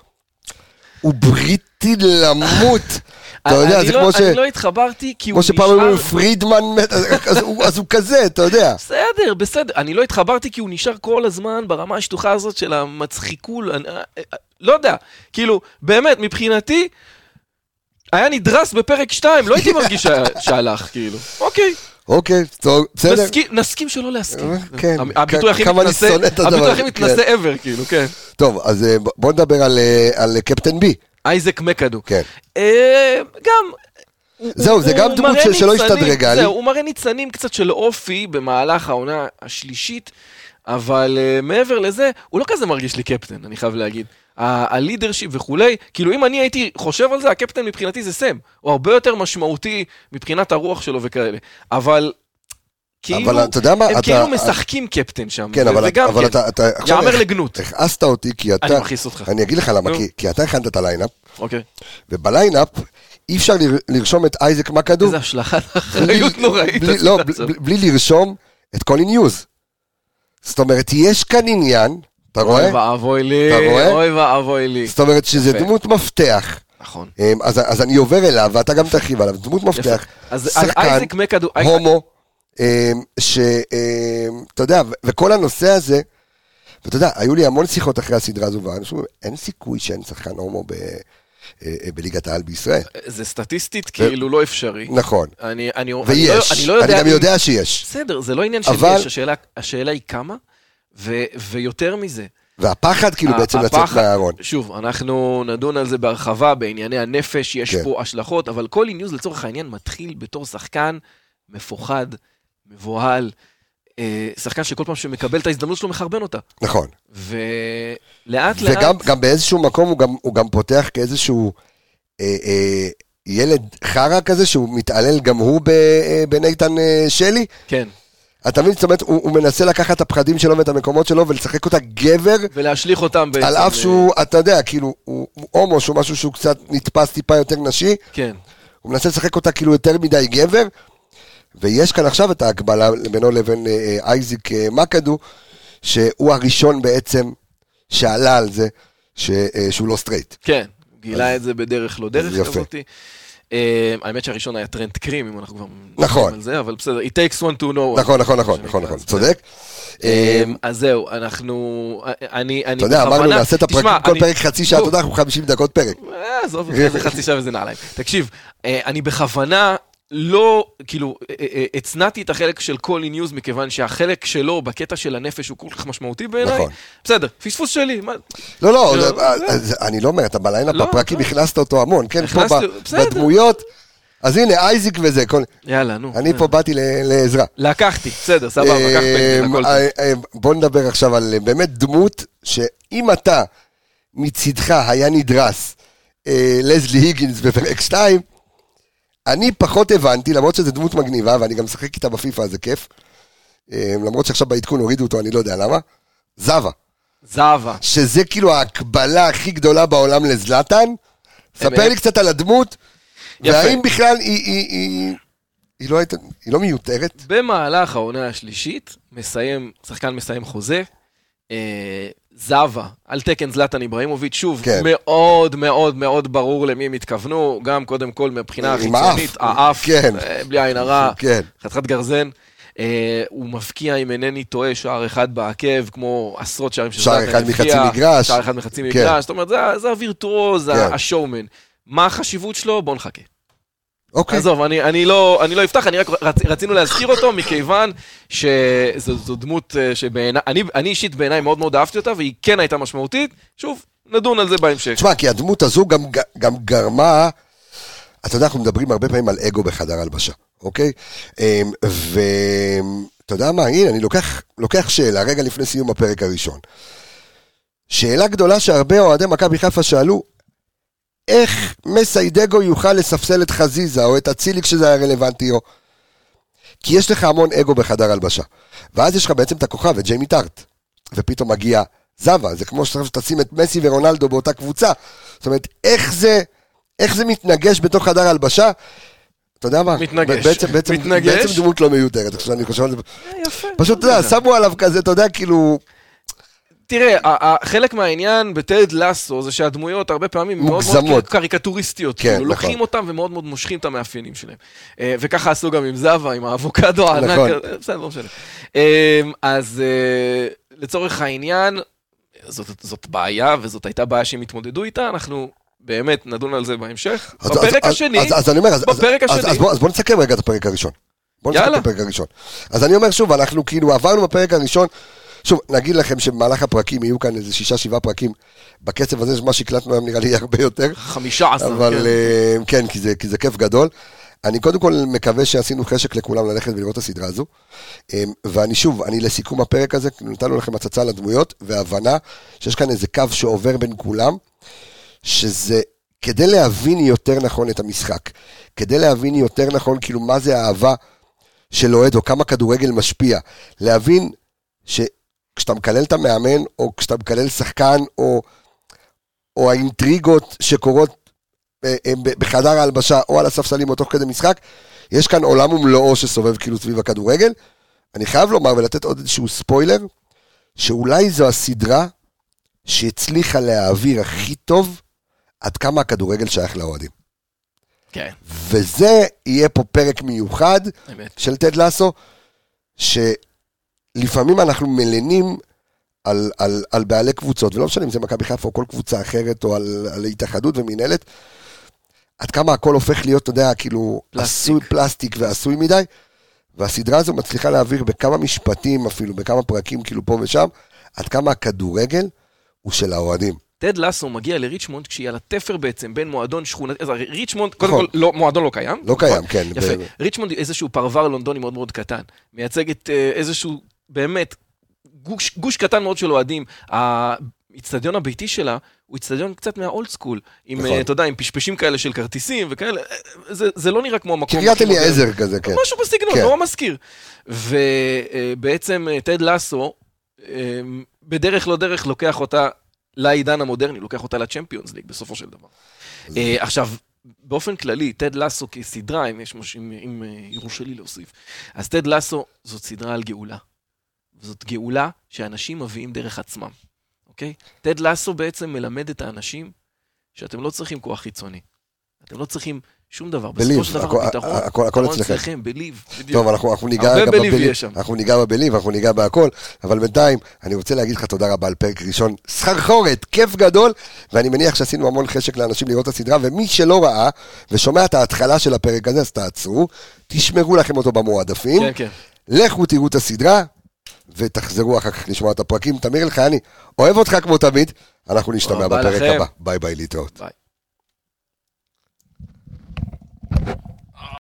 בריטי למות, אתה יודע, זה כמו ש... אני לא התחברתי כי הוא נשאר... כמו שפעם אומרים פרידמן, אז הוא כזה, אתה יודע. בסדר, אני לא התחברתי כי הוא נשאר כל הזמן ברמה השטוחה הזאת של המצחיקול, לא יודע, כאילו, באמת, מבחינתי, היה נדרס בפרק 2, לא הייתי מרגיש שהלך, כאילו, אוקיי, בסדר. נסכים שלא להסכים. כן, הביטוי הכי מתנשא ever, כאילו, כן. טוב, אז בוא נדבר על קפטן בי. אייזק מקדו. כן. גם... זהו, זה גם דמות שלא השתדרגה לי. זהו, הוא מראה ניצנים קצת של אופי במהלך העונה השלישית, אבל מעבר לזה, הוא לא כזה מרגיש לי קפטן, אני חייב להגיד. הלידרשיפ וכולי, כאילו אם אני הייתי חושב על זה, הקפטן מבחינתי זה סם, הוא הרבה יותר משמעותי מבחינת הרוח שלו וכאלה, אבל כאילו, הם כאילו משחקים קפטן שם, כן, אבל אתה יאמר לגנות. הכעסת אותי, כי אתה, אני מכניס אותך. אני אגיד לך למה, כי אתה הכנת את הליינאפ, אוקיי. ובליינאפ אי אפשר לרשום את אייזק מקדו, איזה השלכת אחריות נוראית, לא, בלי לרשום את קולין יוז, זאת אומרת, יש כאן עניין, אתה רואה? אוי ואבוי לי. זאת אומרת שזה דמות מפתח. נכון. אז אני עובר אליו, ואתה גם תרחיב עליו, דמות מפתח. שחקן, הומו, אתה יודע, וכל הנושא הזה, ואתה יודע, היו לי המון שיחות אחרי הסדרה הזו, ואני חושב, אין סיכוי שאין שחקן הומו בליגת העל בישראל. זה סטטיסטית כאילו לא אפשרי. נכון. ויש, אני גם יודע שיש. בסדר, זה לא עניין של יש, השאלה היא כמה, ויותר מזה. והפחד כאילו בעצם לצאת מהארון. שוב, אנחנו נדון על זה בהרחבה, בענייני הנפש, יש פה השלכות, אבל כל ניוז לצורך העניין מתחיל בתור שחקן מפוחד, מבוהל, שחקן שכל פעם שמקבל את ההזדמנות שלו מחרבן אותה. נכון. ולאט לאט... וגם באיזשהו מקום הוא גם פותח כאיזשהו ילד חרה כזה, שהוא מתעלל גם הוא בנייתן שלי. כן. אתה מבין, זאת אומרת, הוא מנסה לקחת את הפחדים שלו ואת המקומות שלו, ולשחק אותה גבר. ולהשליך אותם בעצם. על אף שהוא, אתה יודע, כאילו, הוא הומו, שהוא משהו שהוא קצת נתפס טיפה יותר נשי. כן. הוא מנסה לשחק אותה כאילו יותר מדי גבר, ויש כאן עכשיו את ההקבלה בינו לבין אייזיק מקדו, שהוא הראשון בעצם שעלה על זה, שהוא לא סטרייט. כן, גילה את זה בדרך לא דרך כזאתי. האמת שהראשון היה טרנט קרים, אם אנחנו כבר נכון. על זה, אבל בסדר, it takes one to know. נכון, צודק. אז זהו, אני אתה יודע, אמרנו, נעשה את הפרקים כל פרק חצי שעה, אתה יודע, אנחנו 50 דקות פרק. עזוב, זה חצי שעה וזה נעליים. תקשיב, אני בכוונה לא, כאילו, הצנעתי את החלק של קולי ניוז, מכיוון שהחלק שלו בקטע של הנפש הוא כל כך משמעותי בעיניי. נכון. בסדר, פספוס שלי. לא, אני לא אומר, אתה בליינאפ בפרקים הכנסת אותו המון, כן, פה בדמויות, אז הנה, אייזיק וזה, יאללה, נו. אני פה באתי לעזרה. לקחתי, בסדר, סבבה, לקחתי. בוא נדבר עכשיו על באמת דמות, שאם אתה מצידך היה נדרס לזלי היגינס בפרק 2, אני פחות הבנתי, למרות שזה דמות מגניבה, ואני גם משחק איתה בפיפה, זה כיף. למרות שעכשיו בעדכון הורידו אותו, אני לא יודע למה. זאווה. שזה כאילו ההקבלה הכי גדולה בעולם לזלטן. ספר לי קצת על הדמות, והאם בכלל היא לא מיותרת. במהלך העונה השלישית, שחקן מסיים חוזה, זאווה, על תקן זלטן איברהימוביץ', שוב, מאוד מאוד מאוד ברור למי הם התכוונו, גם קודם כל מבחינה החיצונית, האף, בלי עין הרע, חתיכת גרזן, הוא מפקיע, אם אינני טועה, שער אחד בעקב, כמו עשרות שערים של זלטן, שער אחד מחצי מגרש, זאת אומרת, זה הווירטואוז, השואומן. מה החשיבות שלו? בוא נחכה. עזוב, אני לא אפתח, אני רק רצינו להזכיר אותו, מכיוון שזו דמות אני אישית בעיניי מאוד מאוד אהבתי אותה, והיא כן הייתה משמעותית, שוב, נדון על זה בהמשך. תשמע, כי הדמות הזו גם גרמה, אתה יודע, אנחנו מדברים הרבה פעמים על אגו בחדר הלבשה, אוקיי? ואתה יודע מה, הנה, אני לוקח שאלה, רגע לפני סיום הפרק הראשון. שאלה גדולה שהרבה אוהדי מכבי חיפה שאלו, איך מסיידגו יוכל לספסל את חזיזה, או את הציליק שזה היה רלוונטי, כי יש לך המון אגו בחדר הלבשה, ואז יש לך בעצם את הכוכב, את ג'יימי טארט, ופתאום מגיע זאווה, זה כמו שתשים את מסי ורונלדו באותה קבוצה, זאת אומרת, איך זה מתנגש בתוך חדר הלבשה, אתה יודע מה? בעצם דמות לא מיותרת, אני חושב על זה, פשוט, אתה יודע, שמו עליו כזה, אתה יודע, כאילו, תראה, חלק מהעניין בטד לסו זה שהדמויות הרבה פעמים מאוד מאוד קריקטוריסטיות, כאילו לוקחים אותם ומאוד מאוד מושכים את המאפיינים שלהם. וככה עשו גם עם זאווה, עם האבוקדו הענק, בסדר, לא משנה. אז לצורך העניין, זאת בעיה, וזאת הייתה בעיה שהם התמודדו איתה, אנחנו באמת נדון על זה בהמשך. בפרק השני, אז בוא נסכם רגע את הפרק הראשון. אז אני אומר שוב, אנחנו כאילו עברנו בפרק הראשון, שוב, נגיד לכם שבמהלך הפרקים יהיו כאן איזה 6-7 פרקים, בקצב הזה מה שהקלטנו היום נראה לי הרבה יותר. 15. אבל כן, כי זה כיף גדול. אני קודם כל מקווה שעשינו חשק לכולם ללכת ולראות את הסדרה הזו. ואני שוב, אני לסיכום הפרק הזה, נתנו לכם הצצה לדמויות, והבנה שיש כאן איזה קו שעובר בין כולם, שזה כדי להבין יותר נכון את המשחק, כדי להבין יותר נכון כאילו מה זה האהבה של אוהד, או כמה כדורגל משפיע, להבין כשאתה מקלל את המאמן, או כשאתה מקלל שחקן, או האינטריגות שקורות בחדר ההלבשה, או על הספסלים, או תוך כדי משחק, יש כאן עולם ומלואו שסובב כאילו סביב הכדורגל. אני חייב לומר ולתת עוד איזשהו ספוילר, שאולי זו הסדרה שהצליחה להעביר הכי טוב, עד כמה הכדורגל שייך לאוהדים. כן. וזה יהיה פה פרק מיוחד, של טד לסו, לפעמים אנחנו מלנים על בעלי קבוצות, ולא משנה אם זה מכבי חיפה או כל קבוצה אחרת, או על התאחדות ומנהלת, עד כמה הכל הופך להיות, אתה יודע, כאילו, עשוי פלסטיק ועשוי מדי, והסדרה הזו מצליחה להעביר בכמה משפטים, אפילו בכמה פרקים, כאילו פה ושם, עד כמה הכדורגל הוא של האוהדים. טד לסו מגיע לריצ'מונד כשהיא על התפר בעצם בין מועדון שכונת, ריצ'מונד, קודם כל, מועדון לא קיים. לא קיים, כן. יפה. ריצ'מונד איזשהו פרבר לונדוני מאוד מאוד קטן, מייצג את איזשהו, באמת, גוש קטן מאוד של אוהדים. האצטדיון הביתי שלה הוא אצטדיון קצת מהאולד סקול, עם, אתה יודע, עם פשפשים כאלה של כרטיסים וכאלה, זה לא נראה כמו מקום. קריית אליעזר כזה, כן. משהו בסגנון, נורא מזכיר. ובעצם טד לסו, בדרך לא דרך לוקח אותה לעידן המודרני, לוקח אותה לצ'מפיונס ליג בסופו של דבר. עכשיו, באופן כללי, טד לסו כסדרה, אם יורשה לי להוסיף, אז טד לסו זאת סדרה על גאולה. זאת גאולה שאנשים מביאים דרך עצמם. אוקיי? טד לסו בעצם מלמד את האנשים שאתם לא צריכים כוח חיצוני. אתם לא צריכים שום דבר. בסופו של דבר, הכל אצלכם. בליב. טוב, אנחנו ניגע בבליב, אנחנו ניגע בהכל, אבל בינתיים, אני רוצה להגיד לך תודה רבה על פרק ראשון, סחרחורת, כיף גדול, ואני מניח שעשינו המון חשק לאנשים לראות את הסדרה, ומי שלא ראה, ושומע את ההתחלה של הפרק הזה, אז תעצרו, תשמרו לכם אותו במועדפים, לכו תראו את הסדרה, ותחזרו אחר כך לשמוע את הפרקים. תמיר אלחייני, אוהב אותך כמו תמיד, אנחנו נשתמע בפרק הבא. ביי ביי, להתראות. ביי.